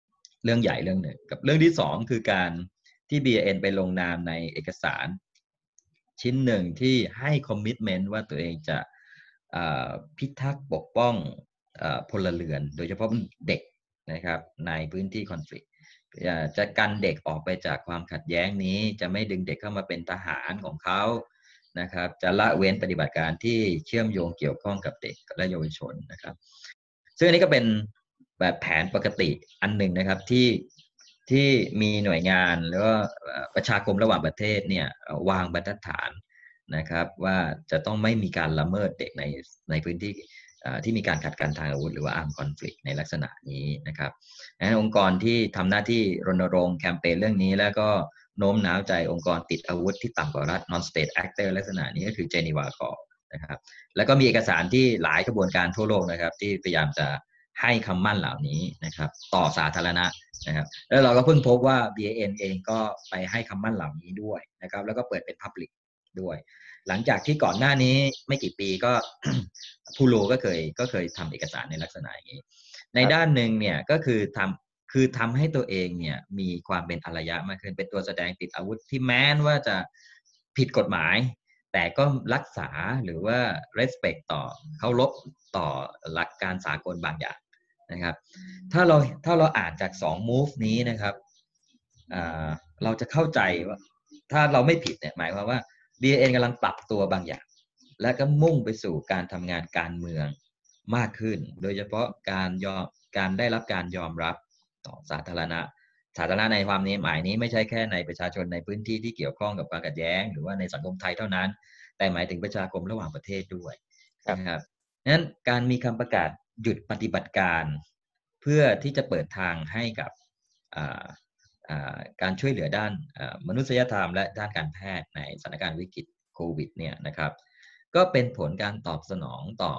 เรื่องใหญ่เรื่องหนึ่งกับเรื่องที่สองคือการที่ บี เอ เอ็น ไปลงนามในเอกสารชิ้นหนึ่งที่ให้คอมมิตเมนต์ว่าตัวเองจะพิทักษ์ปกป้องพลเรือนโดยเฉพาะเด็กนะครับในพื้นที่คอนฟลิกต์จะกันเด็กออกไปจากความขัดแย้งนี้จะไม่ดึงเด็กเข้ามาเป็นทหารของเขานะครับจะละเว้นปฏิบัติการที่เชื่อมโยงเกี่ยวข้องกับเด็กและเยาวชนนะครับซึ่งอันนี้ก็เป็นแบบแผนปกติอันหนึ่งนะครับที่ที่มีหน่วยงานหรือว่าประชาคมระหว่างประเทศเนี่ยวางบรรทัดฐานนะครับว่าจะต้องไม่มีการละเมิดเด็กในในพื้นที่ที่มีการขัดกันทางอาวุธหรือว่า armed conflict ในลักษณะนี้นะครับดังนั้นองค์กรที่ทำหน้าที่รณรงค์แคมเปญเรื่องนี้แล้วก็โน้มน้าวใจองค์กรติดอาวุธที่ต่ำกว่ารัฐ non state actor ลักษณะนี้ก็คือ Geneva Accord นะครับแล้วก็มีเอกสารที่หลายกระบวนการทั่วโลกนะครับที่พยายามจะให้คำมั่นเหล่านี้นะครับต่อสาธารณะนะครับแล้วเราก็เพิ่งพบว่า บี เอ เอ็น เองก็ไปให้คำมั่นเหล่านี้ด้วยนะครับแล้วก็เปิดเป็น Public ด้วยหลังจากที่ก่อนหน้านี้ไม่กี่ปีก็ พูโลก็เคยก็เคยทำเอกสารในลักษณะอย่างนี้ในด้านหนึ่งเนี่ยก็คือทำคือทำให้ตัวเองเนี่ยมีความเป็นอารยะมากขึ้นเป็นตัวแสดงติดอาวุธที่แม้นว่าจะผิดกฎหมายแต่ก็รักษาหรือว่า respect ต่อเคารพต่อหลักการสากลบางอย่างนะครับถ้าเราถ้าเราอ่านจากสอง move นี้นะครับเราจะเข้าใจว่าถ้าเราไม่ผิดเนี่ยหมายความว่า บี เอ เอ็น กำลังปรับตัวบางอย่างและก็มุ่งไปสู่การทำงานการเมืองมากขึ้นโดยเฉพาะการยอมการได้รับการยอมรับต่อสาธารณะสาธารณะในความนี้หมายนี้ไม่ใช่แค่ในประชาชนในพื้นที่ที่เกี่ยวข้องกับความขัดแย้งหรือว่าในสังคมไทยเท่านั้นแต่หมายถึงประชาคมระหว่างประเทศด้วยนะครับนั้นการมีคำประกาศหยุดปฏิบัติการเพื่อที่จะเปิดทางให้กับการช่วยเหลือด้านมนุษยธรรมและด้านการแพทย์ในสถานการณ์วิกฤตโควิดเนี่ยนะครับก็เป็นผลการตอบสนองต่อ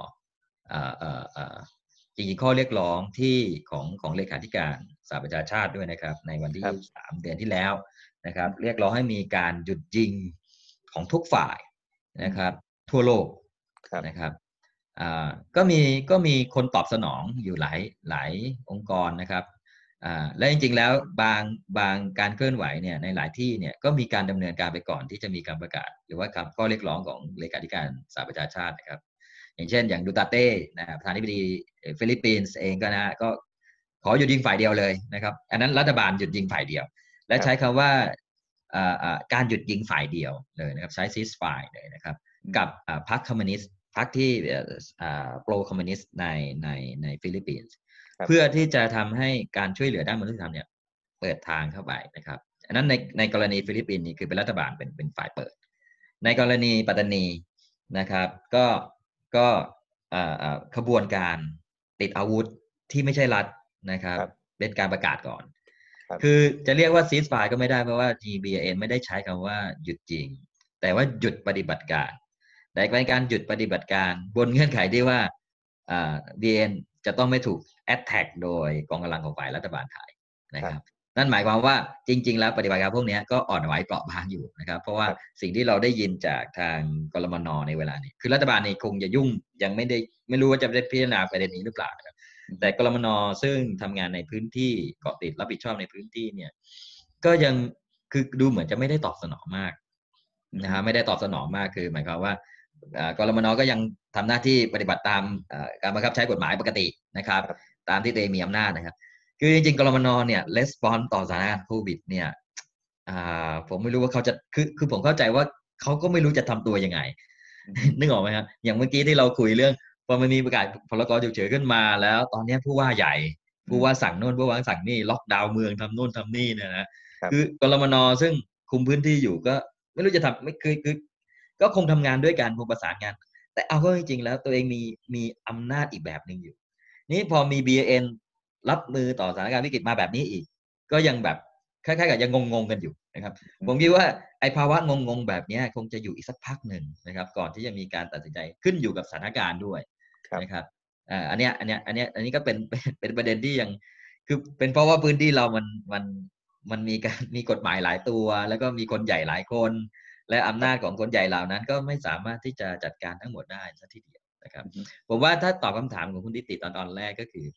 จริงๆข้อเรียกร้องที่ของของเลขาธิการสหประชาชาติด้วยนะครับในวันที่ยี่สิบสามเดือนที่แล้วนะครับเรียกร้องให้มีการหยุดยิงของทุกฝ่ายนะครับทั่วโลกนะครับก็มีก็มีคนตอบสนองอยู่หลายหลายองค์กรนะครับและจริงๆแล้วบางบางการเคลื่อนไหวเนี่ยในหลายที่เนี่ยก็มีการดำเนินการไปก่อนที่จะมีการประกาศหรือว่าคำข้อเรียกร้องของเลขาธิการสหประชาชาตินะครับอย่างเช่นอย่างดูตาเต้นะครับประธานาธิบดีฟิลิปปินส์เองก็นะก็ขอหยุดยิงฝ่ายเดียวเลยนะครับอันนั้นรัฐบาลหยุดยิงฝ่ายเดียวและใช้คำว่าการหยุดยิงฝ่ายเดียวเลยนะครับใช้ ceasefire เลยนะครับกับพรรคคอมมิวนิสต์พรรคที่โปรคอมมิวนิสต์ในในในฟิลิปปินส์เพื่อที่จะทำให้การช่วยเหลือด้านมนุษยธรรมเนี่ยเปิดทางเข้าไปนะครับอันนั้นในในกรณีฟิลิปปินส์นี่คือเป็นรัฐบาลเป็นเป็นฝ่ายเปิดในกรณีปัตตานีนะครับก็ก็ขบวนการติดอาวุธที่ไม่ใช่รัฐนะครับเป็นการประกาศก่อนคือจะเรียกว่า ceasefire ก็ไม่ได้เพราะว่า บี เอ เอ็น ไม่ได้ใช้คำว่าหยุดยิงแต่ว่าหยุดปฏิบัติการแต่เป็นการหยุดปฏิบัติการบนเงื่อนไขที่ว่า บี เอ เอ็น จะต้องไม่ถูก attack โดยกองกำลังของฝ่ายรัฐบาลไทยนะครับนั่นหมายความว่าจริงๆแล้วปฏิบัติการพวกนี้ก็อ่อนไหวเปราะบางอยู่นะครับเพราะว่าสิ่งที่เราได้ยินจากทางกลมน.ในเวลานี้คือรัฐบาลนี่คงจะยุ่งยังไม่ได้ไม่รู้ว่าจะได้พิจารณาประเด็นนี้หรือเปล่านะครับแต่กลมน.ซึ่งทำงานในพื้นที่เกาะติดรับผิดชอบในพื้นที่เนี่ยก็ยังคือดูเหมือนจะไม่ได้ตอบสนองมากนะฮะไม่ได้ตอบสนองมากคือหมายความว่ากลมน.ก็ยังทำหน้าที่ปฏิบัติตามการบังคับใช้กฎหมายปกตินะครับตามที่ตัวเองมีอำนาจนะครับคือจริงๆกลมน.เนี่ยレスปอนส์ต่อสถานการณ์โควิดเนี่ยผมไม่รู้ว่าเขาจะคือคือผมเข้าใจว่าเขาก็ไม่รู้จะทำตัวยังไงนึกออกไหมครับอย่างเมื่อกี้ที่เราคุยเรื่องพอมันมีประกาศพรกฉุกเฉินขึ้นมาแล้วตอนนี้ผู้ว่าใหญ่ผู้ว่าสั่งโน่นผู้ว่าสั่งนี่ล็อกดาวน์เมืองทำโน่นทำนี่เนี่ยนะคือกลมน.ซึ่งคุมพื้นที่อยู่ก็ไม่รู้จะทำไม่คือคือก็คงทำงานด้วยกันคงประสานงานแต่เอาก็จริงๆแล้วตัวเองมีมีอำนาจอีกแบบนึงอยู่นี่พอมี บี เอ เอ็น รับมือต่อสถานการณ์วิกฤตมาแบบนี้อีกก็ยังแบบคล้ายๆกับยังงงๆกันอยู่นะครับผมคิดว่าไอ้ภาวะงงๆแบบนี้คงจะอยู่อีกสักพักหนึ่งนะครับก่อนที่จะมีการตัดสินใจขึ้นอยู่กับสถานการณ์ด้วยนะครับอ่าอันเนี้ยอันเนี้ยอันเนี้ยอันนี้ก็เป็นเป็นประเด็นที่ยังคือเป็นเพราะว่าพื้นที่เรามันมันมันมีการมีกฎหมายหลายตัวแล้วก็มีคนใหญ่หลายคนและอำนาจของคนใหญ่เหล่านั้นก็ไม่สามารถที่จะจัดการทั้งหมดได้ซะทีเดียวนะครับผมว่าถ้าตอบคำถามของคุณทิติตอนตอนแรกก็คือ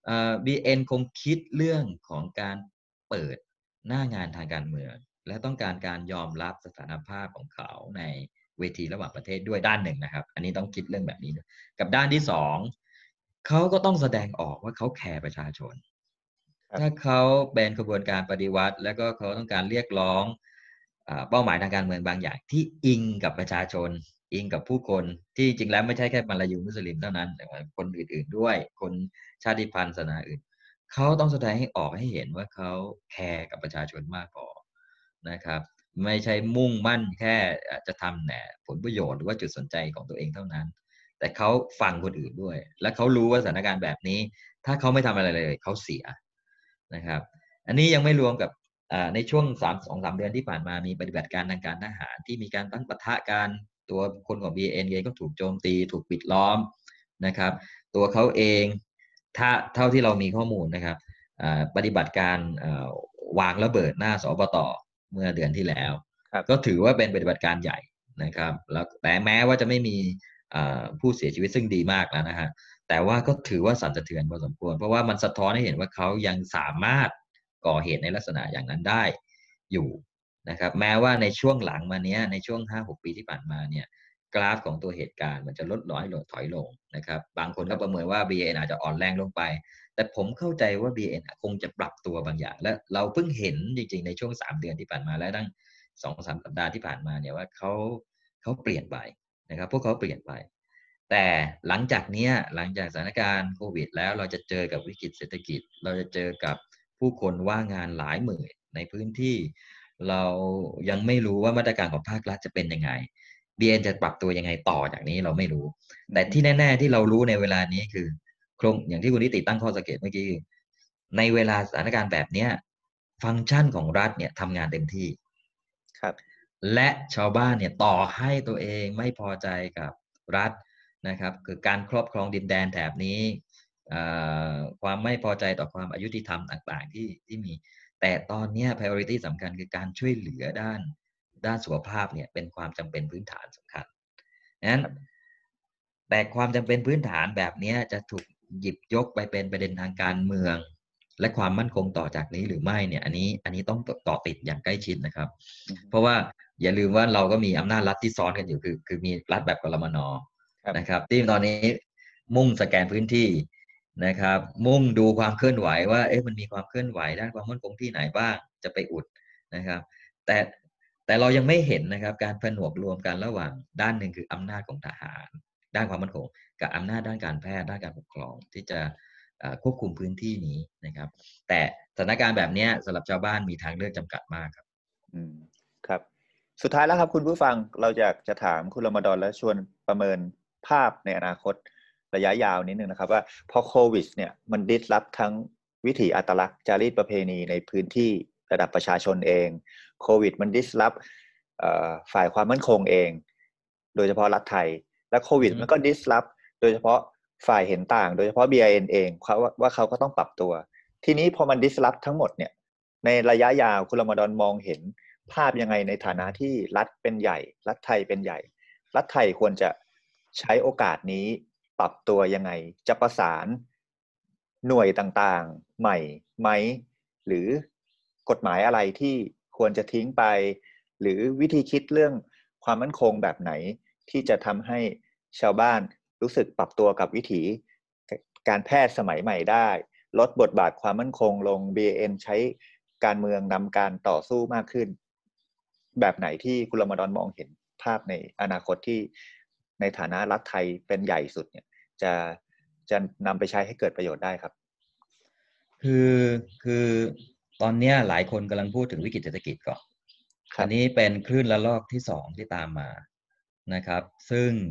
บี เอ็น คงคิดเรื่องของการเปิดหน้างานทางการเมืองและต้องการการยอมรับสถานภาพของเขาในเวทีระหว่างประเทศด้วยด้านหนึ่งนะครับอันนี้ต้องคิดเรื่องแบบนี้กับด้านที่สองเขาก็ต้องแสดงออกว่าเขาแคร์ประชาชนถ้าเขาเป็นกระบวนการปฏิวัติแล้วก็เขาต้องการเรียกร้องเป้าหมายทางการเมืองบางอย่างที่อิงกับประชาชนอิงกับผู้คนที่จริงแล้วไม่ใช่แค่มลายูมุสลิมเท่านั้นแต่ว่าคนอื่นๆด้วยคนชาติพันธุ์ศาสนาอื่นเขาต้องแสดงให้ออกให้เห็นว่าเขาแคร์กับประชาชนมากพอนะครับไม่ใช่มุ่งมั่นแค่จะทำแต่ผลประโยชน์หรือว่าจุดสนใจของตัวเองเท่านั้นแต่เขาฟังคนอื่นด้วยและเขารู้ว่าสถานการณ์แบบนี้ถ้าเขาไม่ทำอะไรเลยเขาเสียนะครับอันนี้ยังไม่รวมกับในช่วงสาม สอง สามเดือนที่ผ่านมามีปฏิบัติการทางการทหารที่มีการตั้งปะทะกันตัวคนของ บี เอ็น เองก็ถูกโจมตีถูกปิดล้อมนะครับตัวเขาเองถ้าเท่าที่เรามีข้อมูลนะครับปฏิบัติการวางระเบิดหน้าสปต.เมื่อเดือนที่แล้วก็ถือว่าเป็นปฏิบัติการใหญ่นะครับแล้วแต่แม้ว่าจะไม่มีผู้เสียชีวิตซึ่งดีมากแล้วนะฮะแต่ว่าก็ถือว่าสั่นสะเทือนพอสมควรเพราะว่ามันสะท้อนให้เห็นว่าเขายังสามารถก่อเหตุในลักษณะอย่างนั้นได้อยู่นะครับแม้ว่าในช่วงหลังมาเนี้ยในช่วง ห้าหก ปีที่ผ่านมาเนี่ยกราฟของตัวเหตุการณ์มันจะลดน้อยลงถอยลงนะครับบางคนก็ประเมินว่า บี เอ็น อาจจะอ่อนแรงลงไปแต่ผมเข้าใจว่า บี เอ็น คงจะปรับตัวบางอย่างและเราเพิ่งเห็นจริงๆในช่วงสามเดือนที่ผ่านมาและตั้ง สองถึงสาม สัปดาห์ที่ผ่านมาเนี่ยว่าเขาเขาเปลี่ยนไปนะครับพวกเขาเปลี่ยนไปแต่หลังจากนี้หลังจากสถานการณ์โควิดแล้วเราจะเจอกับวิกฤตเศรษฐกิจเราจะเจอกับผู้คนว่างงานหลายหมื่นในพื้นที่เรายังไม่รู้ว่ามาตรการของภาครัฐจะเป็นยังไง บี เอ็น จะปรับตัวยังไงต่อจากนี้เราไม่รู้แต่ที่แน่ๆที่เรารู้ในเวลานี้คือโครงอย่างที่คุณนิติตั้งข้อสังเกตเมื่อกี้ในเวลาสถานการณ์แบบนี้ฟังก์ชันของรัฐเนี่ยทำงานเต็มที่ครับและชาวบ้านเนี่ยต่อให้ตัวเองไม่พอใจกับรัฐนะครับคือการครอบครองดินแดนแถบนี้ความไม่พอใจต่อความอายุติธรรมต่างๆที่ที่มีแต่ตอนนี้ priority สำคัญคือการช่วยเหลือด้านด้านสุขภาพเนี่ยเป็นความจำเป็นพื้นฐานสำคัญนั้นแต่ความจำเป็นพื้นฐานแบบนี้จะถูกหยิบยกไปเป็นประเด็นทางการเมืองและความมั่นคงต่อจากนี้หรือไม่เนี่ยอันนี้อันนี้ต้องต่อติดอย่างใกล้ชิดนะครับเพราะว่าอย่าลืมว่าเราก็มีอำนาจรัฐที่ซ้อนกันอยู่คือคือมีรัฐแบบกลมน.นะครับที่ตอนนี้มุ่งสแกนพื้นที่นะครับมุ่งดูความเคลื่อนไหวว่าเอ๊ะมันมีความเคลื่อนไหวด้านความมั่นคงที่ไหนบ้างจะไปอุดนะครับแต่แต่เรายังไม่เห็นนะครับการผนวกรวมกันระหว่างด้านหนึ่งคืออำนาจของทหารด้านความมั่นคงกับอำนาจด้านการแพทย์ด้านการปกครองที่จะควบคุมพื้นที่นี้นะครับแต่สถานการณ์แบบนี้สำหรับชาวบ้านมีทางเลือกจำกัดมากครับอืมครับสุดท้ายแล้วครับคุณผู้ฟังเราอยากจะถามคุณรมฎอนและชวนประเมินภาพในอนาคตระยะยาวนิดนึงนะครับว่าพอโควิดเนี่ยมันดิสรับทั้งวิถีอัตลักษณ์จารีตประเพณีในพื้นที่ระดับประชาชนเองโควิดมันดิสรับฝ่ายความมั่นคงเองโดยเฉพาะรัฐไทยและโควิดมันก็ดิสรับโดยเฉพาะฝ่ายเห็นต่างโดยเฉพาะ บี ไอ เอ็น เองเขาว่าเขาก็ต้องปรับตัวทีนี้พอมันดิสรับทั้งหมดเนี่ยในระยะยาวคุณรมฎอนมองเห็นภาพยังไงในฐานะที่รัฐเป็นใหญ่รัฐไทยเป็นใหญ่รัฐไทยควรจะใช้โอกาสนี้ปรับตัวยังไงจะประสานหน่วยต่างๆใหม่ไหมหรือกฎหมายอะไรที่ควรจะทิ้งไปหรือวิธีคิดเรื่องความมั่นคงแบบไหนที่จะทำให้ชาวบ้านรู้สึกปรับตัวกับวิถีการแพทย์สมัยใหม่ได้ลดบทบาทความมั่นคงลง บี เอ็น ใช้การเมืองนำการต่อสู้มากขึ้นแบบไหนที่คุณรมฎอนมองเห็นภาพในอนาคตที่ในฐานะรัฐไทยเป็นใหญ่สุดเนี่ยจะจะนำไปใช้ให้เกิดประโยชน์ได้ครับคือคือตอนนี้หลายคนกำลังพูดถึงวิกฤตเศรษฐกิจก่อนอันนี้เป็นคลื่นระลอกที่สองที่ตามมานะครับซึ่ง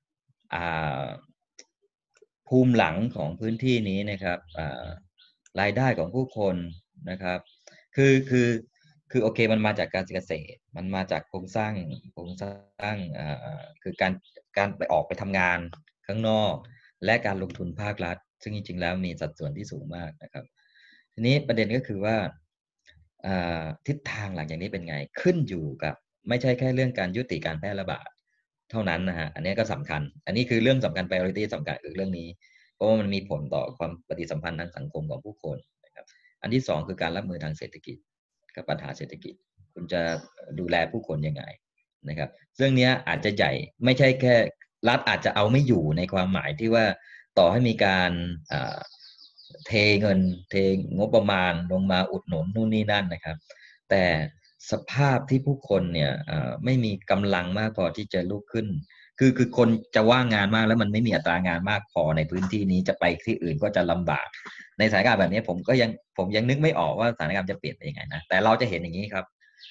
ภูมิหลังของพื้นที่นี้นะครับรายได้ของผู้คนนะครับคือคือคือโอเคมันมาจากการเกษตรมันมาจากโครงสร้างโครงสร้างคือการการไปออกไปทำงานข้างนอกและการลงทุนภาครัฐซึ่งจริงๆแล้วมีสัดส่วนที่สูงมากนะครับทีนี้ประเด็นก็คือว่าทิศทางหลังจากนี้เป็นไงขึ้นอยู่กับไม่ใช่แค่เรื่องการยุติการแพร่ระบาดเท่านั้นนะฮะอันนี้ก็สำคัญอันนี้คือเรื่องสำคัญ priority สำคัญคือเรื่องนี้เพราะว่ามันมีผลต่อความปฏิสัมพันธ์ทางสังคมของผู้คนนะครับอันที่สองคือการรับมือทางเศรษฐกิจกับปัญหาเศรษฐกิจคุณจะดูแลผู้คนยังไงนะครับเรื่องนี้อาจจะใหญ่ไม่ใช่แค่รัฐอาจจะเอาไม่อยู่ในความหมายที่ว่าต่อให้มีการเทเงินเทงบประมาณลงมาอุดหนุนนู่นนี่นั่นนะครับแต่สภาพที่ผู้คนเนี่ยไม่มีกำลังมากพอที่จะลุกขึ้นคือคือคนจะว่างงานมากแล้วมันไม่มีอัตรางานมากพอในพื้นที่นี้จะไปที่อื่นก็จะลำบากในสถานการณ์แบบนี้ผมก็ยังผมยังนึกไม่ออกว่าสถานการณ์จะเปลี่ยนไปยังไงนะแต่เราจะเห็นอย่างนี้ครับ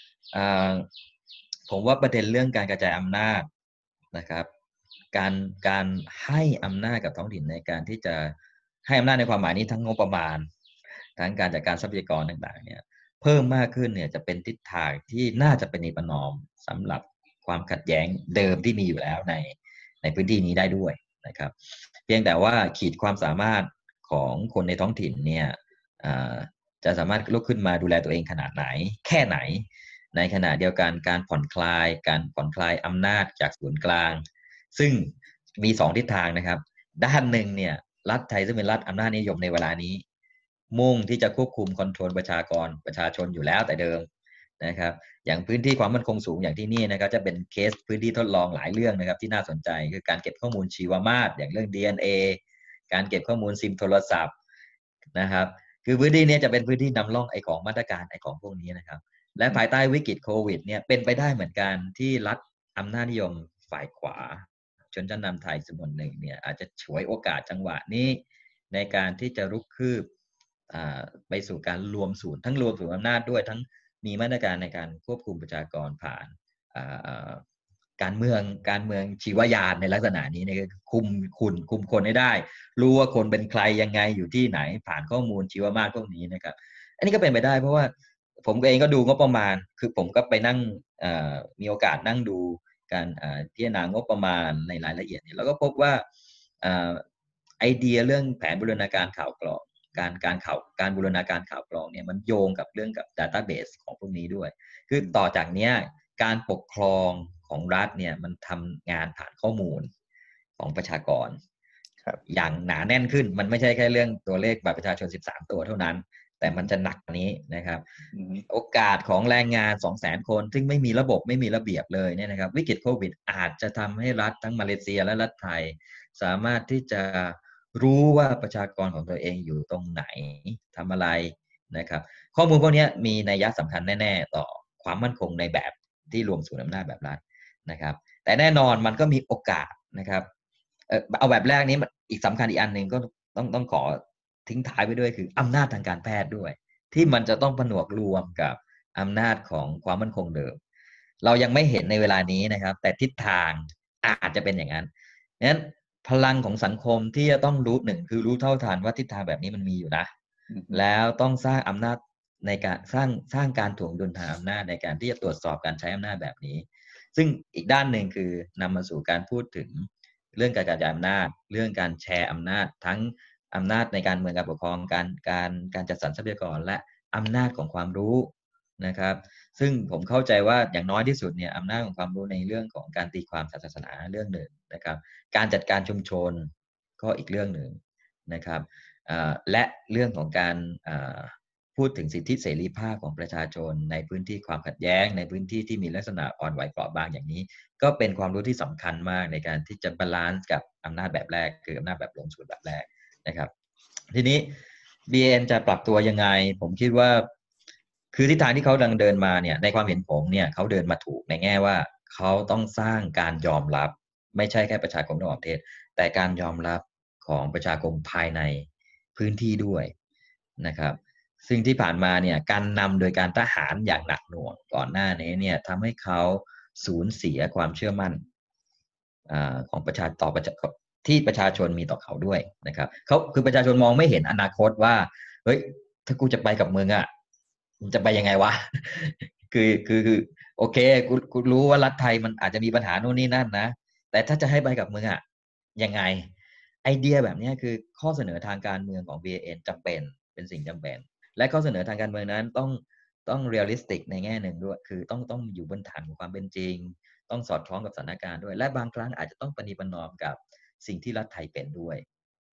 ผมว่าประเด็นเรื่องการกระจายอำนาจนะครับการการให้อำนาจกับท้องถิ่นในการที่จะให้อำนาจในความหมายนี้ทั้งงบประมาณทั้งการจัดการทรัพยากรต่างๆเนี่ยเพิ่มมากขึ้นเนี่ยจะเป็นทิศทางที่น่าจะเป็นประนอมสำหรับความขัดแย้งเดิมที่มีอยู่แล้วในในพื้นที่นี้ได้ด้วยนะครับเพียงแต่ว่าขีดความสามารถของคนในท้องถิ่นเนี่ยจะสามารถลุกขึ้นมาดูแลตัวเองขนาดไหนแค่ไหนในขณะเดียวกันการผ่อนคลายการผ่อนคลายอำนาจจากศูนย์กลางซึ่งมีสองทิศทางนะครับด้านหนึ่งเนี่ยรัฐไทยซึ่งเป็นรัฐอำนาจนิยมในเวลานี้มุ่งที่จะควบคุมคอนโทรลประชากรประชาชนอยู่แล้วแต่เดิมนะครับอย่างพื้นที่ความมั่นคงสูงอย่างที่นี่นะครับจะเป็นเคสพื้นที่ทดลองหลายเรื่องนะครับที่น่าสนใจคือการเก็บข้อมูลชีวมาตรอย่างเรื่อง ดี เอ็น เอ การเก็บข้อมูลซิมโทรศัพท์นะครับคือพื้นที่นี้จะเป็นพื้นที่นำร่องไอ้ของมาตรการไอ้ของพวกนี้นะครับและภายใต้วิกฤตโควิดเนี่ยเป็นไปได้เหมือนกันที่รัฐอำนาจนิยมฝ่ายขวาชนชั้นนำไทยจำนวนหนึ่งเนี่ยอาจจะฉวยโอกาสจังหวะนี้ในการที่จะรุกคืบไปสู่การรวมศูนย์ทั้งรวมศูนย์อำนาจด้วยทั้งมีมาตรการในการควบคุมประชากรผ่านการเมืองการเมืองชีวญาณในลักษณะนี้เนี่ยคุมคุณคุมคนให้ได้รู้ว่าคนเป็นใครยังไงอยู่ที่ไหนผ่านข้อมูลชีวมาตรพวกนี้นะครับอันนี้ก็เป็นไปได้เพราะว่าผมเองก็ดูงบประมาณคือผมก็ไปนั่งมีโอกาสนั่งดูการพิจารณางบประมาณในรายละเอียดแล้วก็พบว่าไอเดียเรื่องแผนบูรณาการข่าวกรองการการข่าวการบูรณาการข่าวกรองเนี่ยมันโยงกับเรื่องกับ database ของพวกนี้ด้วยคือต่อจากเนี้ยการปกครองของรัฐเนี่ยมันทำงานผ่านข้อมูลของประชากรอย่างหนาแน่นขึ้นมันไม่ใช่แค่เรื่องตัวเลขบัตรประชาชนสิบสามตัวเท่านั้นแต่มันจะหนักกว่านี้นะครับโอกาสของแรงงาน สองแสน คนซึ่งไม่มีระบบไม่มีระเบียบเลยเนี่ยนะครับวิกฤตโควิดอาจจะทำให้รัฐทั้งมาเลเซียและรัฐไทยสามารถที่จะรู้ว่าประชากรของตัวเองอยู่ตรงไหนทำอะไรนะครับข้อมูลพวกนี้มีนัยยะสำคัญแน่ๆต่อความมั่นคงในแบบที่รวมศูนย์อำนาจแบบรัฐนะครับแต่แน่นอนมันก็มีโอกาสนะครับเออเอาแบบแรกนี้อีกสำคัญอีกอันหนึ่งก็ต้องต้องขอทิ้งท้ายไปด้วยคืออำนาจทางการแพทย์ด้วยที่มันจะต้องผนวกรวมกับอำนาจของความมั่นคงเดิมเรายังไม่เห็นในเวลานี้นะครับแต่ทิศทางอาจจะเป็นอย่างนั้นนั้นพลังของสังคมที่จะต้องรู้หนึ่งคือรู้เท่าทันว่าทิศทางแบบนี้มันมีอยู่นะ mm-hmm. แล้วต้องสร้างอำนาจในการสร้างสร้างการถ่วงดุลทางอำนาจในการที่จะตรวจสอบการใช้อำนาจแบบนี้ซึ่งอีกด้านหนึ่งคือนำมาสู่การพูดถึงเรื่องการกระจายอำนาจเรื่องการแชร์อำนาจทั้งอำนาจในการเมืองการปกครองการการการจัดสรรทรัพยากรและอำนาจของความรู้นะครับซึ่งผมเข้าใจว่าอย่างน้อยที่สุดเนี่ยอำนาจของความรู้ในเรื่องของการตีความศาสนาเรื่องหนึ่งนะครับการจัดการชุมชนก็อีกเรื่องหนึ่งนะครับและเรื่องของการพูดถึงสิทธิเสรีภาพของประชาชนในพื้นที่ความขัดแย้งในพื้นที่ที่มีลักษณะอ่อนไหวเปราะบางอย่างนี้ก็เป็นความรู้ที่สำคัญมากในการที่จะบาลานซ์กับอำนาจแบบแรกคืออำนาจแบบรวมศูนย์แบบแรกนะครับทีนี้ บี เอ็น จะปรับตัวยังไงผมคิดว่าคือทิศทางที่เขากำลังเดินมาเนี่ยในความเห็นผมเนี่ยเขาเดินมาถูกในแง่ว่าเขาต้องสร้างการยอมรับไม่ใช่แค่ประชาคมนอกประเทศแต่การยอมรับของประชาคมภายในพื้นที่ด้วยนะครับซึ่งที่ผ่านมาเนี่ยการนำโดยการทหารอย่างหนักหน่วงก่อนหน้านี้เนี่ยทำให้เขาสูญเสียความเชื่อมั่นของประชาต่อประชาที่ประชาชนมีต่อเขาด้วยนะครับเขาคือประชาชนมองไม่เห็นอนาคตว่าเฮ้ยถ้ากูจะไปกับมึงอ่ะมันจะไปยังไงวะ คือคือคือโอเคกูกูรู้ว่ารัฐไทยมันอาจจะมีปัญหาโน่นนี่นั่นนะแต่ถ้าจะให้ไปกับมึงอ่ะยังไงไอเดียแบบนี้คือข้อเสนอทางการเมืองของ บี เอ็น จำเป็นเป็นสิ่งจำเป็นและข้อเสนอทางการเมืองนั้นต้องต้องเรียลลิสติกในแง่หนึ่งด้วยคือต้องต้องอยู่บนฐานของความเป็นจริงต้องสอดคล้องกับสถานการณ์ด้วยและบางครั้งอาจจะต้องปฏิบัตินอมกับสิ่งที่รัฐไทยเป็นด้วย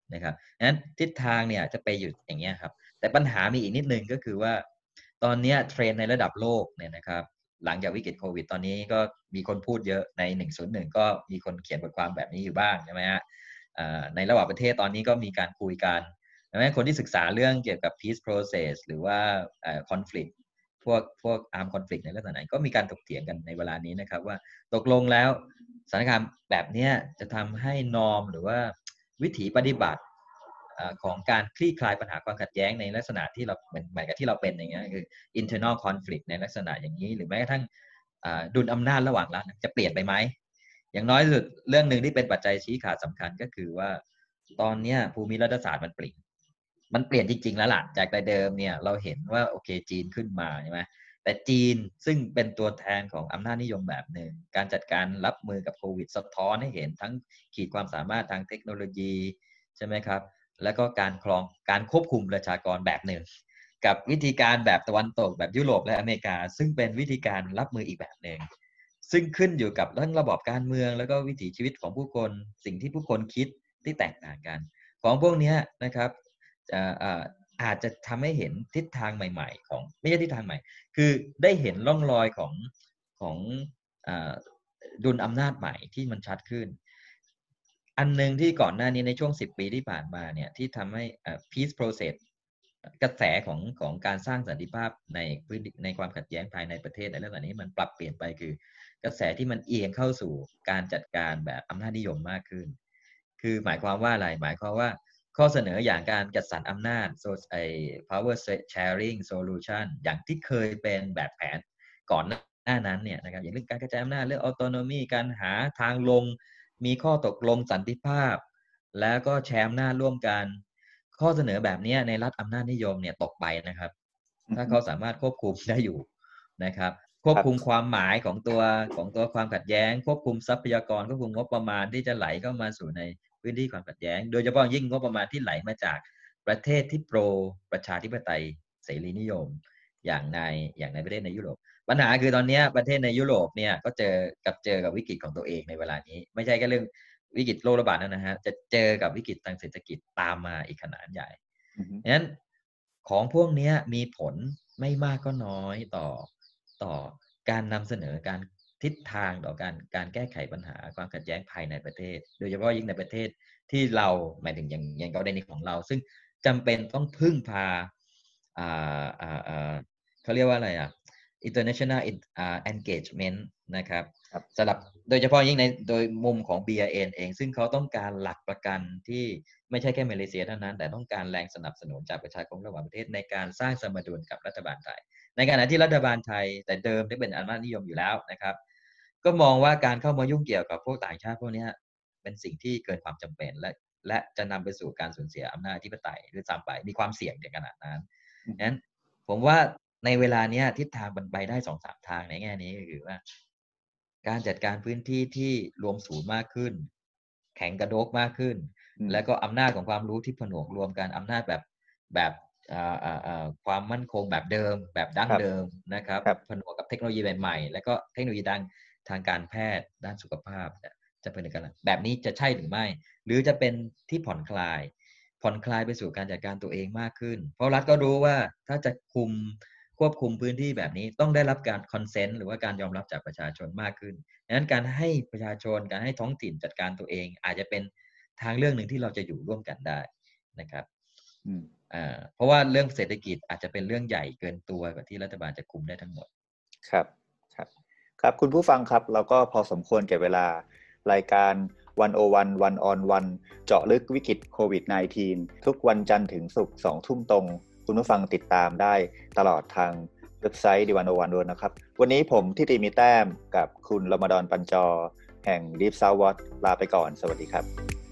นะครับนั้นทิศทางเนี่ยจะไปอยู่อย่างเงี้ยครับแต่ปัญหามีอีกนิดนึงก็คือว่าตอนนี้เทรนด์ในระดับโลกเนี่ยนะครับหลังจากวิกฤตโควิดตอนนี้ก็มีคนพูดเยอะในหนึ่งศูนย์หนึ่งก็มีคนเขียนบทความแบบนี้อยู่บ้างใช่ไหมฮะในระหว่างประเทศตอนนี้ก็มีการคุยกันใช่ไหมคนที่ศึกษาเรื่องเกี่ยวกับ peace process หรือว่า conflict พวกพวก armed conflict ในลักษณะไหนก็มีการถกเถียงกันในเวลานี้นะครับว่าตกลงแล้วสถานการณ์แบบนี้จะทำให้นอร์มหรือว่าวิถีปฏิบัติของการคลี่คลายปัญหาความขัดแย้งในลักษณะที่เราเหมือนเหมือนกับที่เราเป็นอย่างเงี้ยคือ internal conflict ในลักษณะอย่างนี้หรือแม้กระทั่งดุลอำนาจระหว่างรัฐจะเปลี่ยนไปไหมอย่างน้อยสุดเรื่องหนึ่งที่เป็นปัจจัยชี้ขาดสำคัญก็คือว่าตอนนี้ภูมิรัฐศาสตร์มันเปลี่ยนมันเปลี่ยนจริงๆแล้วล่ะจากแต่เดิมเนี่ยเราเห็นว่าโอเคจีนขึ้นมาใช่ไหมแต่จีนซึ่งเป็นตัวแทนของอำนาจนิยมแบบหนึ่งการจัดการรับมือกับโควิดสะท้อนให้เห็นทั้งขีดความสามารถทางเทคโนโลยีใช่ไหมครับแล้วก็การครองการควบคุมประชากรแบบหนึ่งกับวิธีการแบบตะวันตกแบบยุโรปและอเมริกาซึ่งเป็นวิธีการรับมืออีกแบบหนึ่งซึ่งขึ้นอยู่กับทั้งระบอบการเมืองแล้วก็วิถีชีวิตของผู้คนสิ่งที่ผู้คนคิดที่แตกต่างกันของพวกนี้นะครับอาจจะทำให้เห็นทิศทางใหม่ๆของไม่ใช่ทิศทางใหม่คือได้เห็นร่องรอยของของดุลอำนาจใหม่ที่มันชัดขึ้นอันนึงที่ก่อนหน้านี้ในช่วงสิบปีที่ผ่านมาเนี่ยที่ทำให้ peace process กระแสของของการสร้างสันติภาพในพื้นในความขัดแย้งภายในประเทศในเรื่องนี้มันปรับเปลี่ยนไปคือกระแสที่มันเอียงเข้าสู่การจัดการแบบอำนาจนิยมมากขึ้นคือหมายความว่าอะไรหมายความว่าข้อเสนออย่างการจัดสรรอำนาจ power sharing solution อย่างที่เคยเป็นแบบแผนก่อนหน้านั้นเนี่ยนะครับอย่างเรื่องการกระจายอำนาจเรื่อง autonomy การหาทางลงมีข้อตกลงสันติภาพแล้วก็แชร์อำนาจร่วมกันข้อเสนอแบบนี้ในรัฐอำนาจนิยมเนี่ยตกไปนะครับถ้าเขาสามารถควบคุมได้อยู่นะครับควบคุมความหมายของตัวของตัวความขัดแย้งควบคุมทรัพยากรควบคุมงบประมาณที่จะไหลเข้ามาสู่ในพื้นที่ความขัดแย้งโดยเฉพาะยิ่งงบประมาณที่ไหลมาจากประเทศที่โปรประชาธิปไตยเสรีนิยมอย่างในอย่างในประเทศในยุโรปปัญหาคือตอนนี้ประเทศในยุโรปเนี่ยก็เจอกับเจอกับวิกฤตของตัวเองในเวลานี้ไม่ใช่แค่เรื่องวิกฤตโรคระบาดนั่นนะฮะจะเจอกับวิกฤตทางเศรษฐกิจตามมาอีกขนาดใหญ่ดังนั้นของพวกนี้มีผลไม่มากก็น้อยต่อต่อการนำเสนอการทิศทางต่อการการแก้ไขปัญหาความขัดแย้งภายในประเทศโดยเฉพาะยิ่งในประเทศที่เราหมายถึงอย่างอย่างกรณีของเราซึ่งจำเป็นต้องพึ่งพาอ่าอ่าอ่าเขาเรียกว่าอะไรอ่ะ international engagement นะครับสำหรับโดยเฉพาะยิ่งในโดยมุมของ บี ไอ เอ็น เองซึ่งเขาต้องการหลักประกันที่ไม่ใช่แค่มาเลเซียเท่านั้นแต่ต้องการแรงสนับสนุนจากประชาคมระหว่างประเทศในการสร้างสมดุลกับรัฐบาลไทยในขณะที่รัฐบาลไทยแต่เดิมได้เป็นอำนาจนิยมอยู่แล้วนะครับก็มองว่าการเข้ามายุ่งเกี่ยวกับพวกต่างชาติพวกนี้เป็นสิ่งที่เกินความจำเป็นและและจะนำไปสู่การสูญเสียอำนาจอธิปไตยหรือซ้ำไปมีความเสี่ยงในขนาดนั้นนั้นผมว่าในเวลานี้ทิศทางมันไปได้ สองสาม ทางในแง่นี้ก็คือว่าการจัดการพื้นที่ที่รวมศูนย์มากขึ้นแข็งกระโดกมากขึ้นแล้วก็อำนาจของความรู้ที่ผนวกรวมกันอำนาจแบบแบบความมั่นคงแบบเดิมแบบดั้งเดิมนะครับผนวกกับเทคโนโลยีใหม่ๆแล้วก็เทคโนโลยีด้านทางการแพทย์ด้านสุขภาพจะเป็นกันแบบนี้จะใช่หรือไม่หรือจะเป็นที่ผ่อนคลายผ่อนคลายไปสู่การจัดการตัวเองมากขึ้นเพราะรัฐก็รู้ว่าถ้าจะคุมควบคุมพื้นที่แบบนี้ต้องได้รับการคอนเซนต์หรือว่าการยอมรับจากประชาชนมากขึ้นดังนั้นการให้ประชาชนการให้ท้องถิ่นจัดการตัวเองอาจจะเป็นทางเรื่องหนึ่งที่เราจะอยู่ร่วมกันได้นะครับอ่าเพราะว่าเรื่องเศรษฐกิจอาจจะเป็นเรื่องใหญ่เกินตัวกว่าที่รัฐบาลจะคุมได้ทั้งหมดครับครับครับคุณผู้ฟังครับเราก็พอสมควรแก่เวลารายการหนึ่งศูนย์หนึ่ง วัน on วันเจาะลึกวิกฤตโควิด สิบเก้า ทุกวันจันทร์ถึงศุกร์ สองทุ่มตรงคุณผู้ฟังติดตามได้ตลอดทางเว็บไซต์ ดี หนึ่งศูนย์หนึ่ง ด้วยนะครับวันนี้ผมทิติมีแต้มกับคุณรมฎอนปัญจอแห่ง Deep South Watch ลาไปก่อนสวัสดีครับ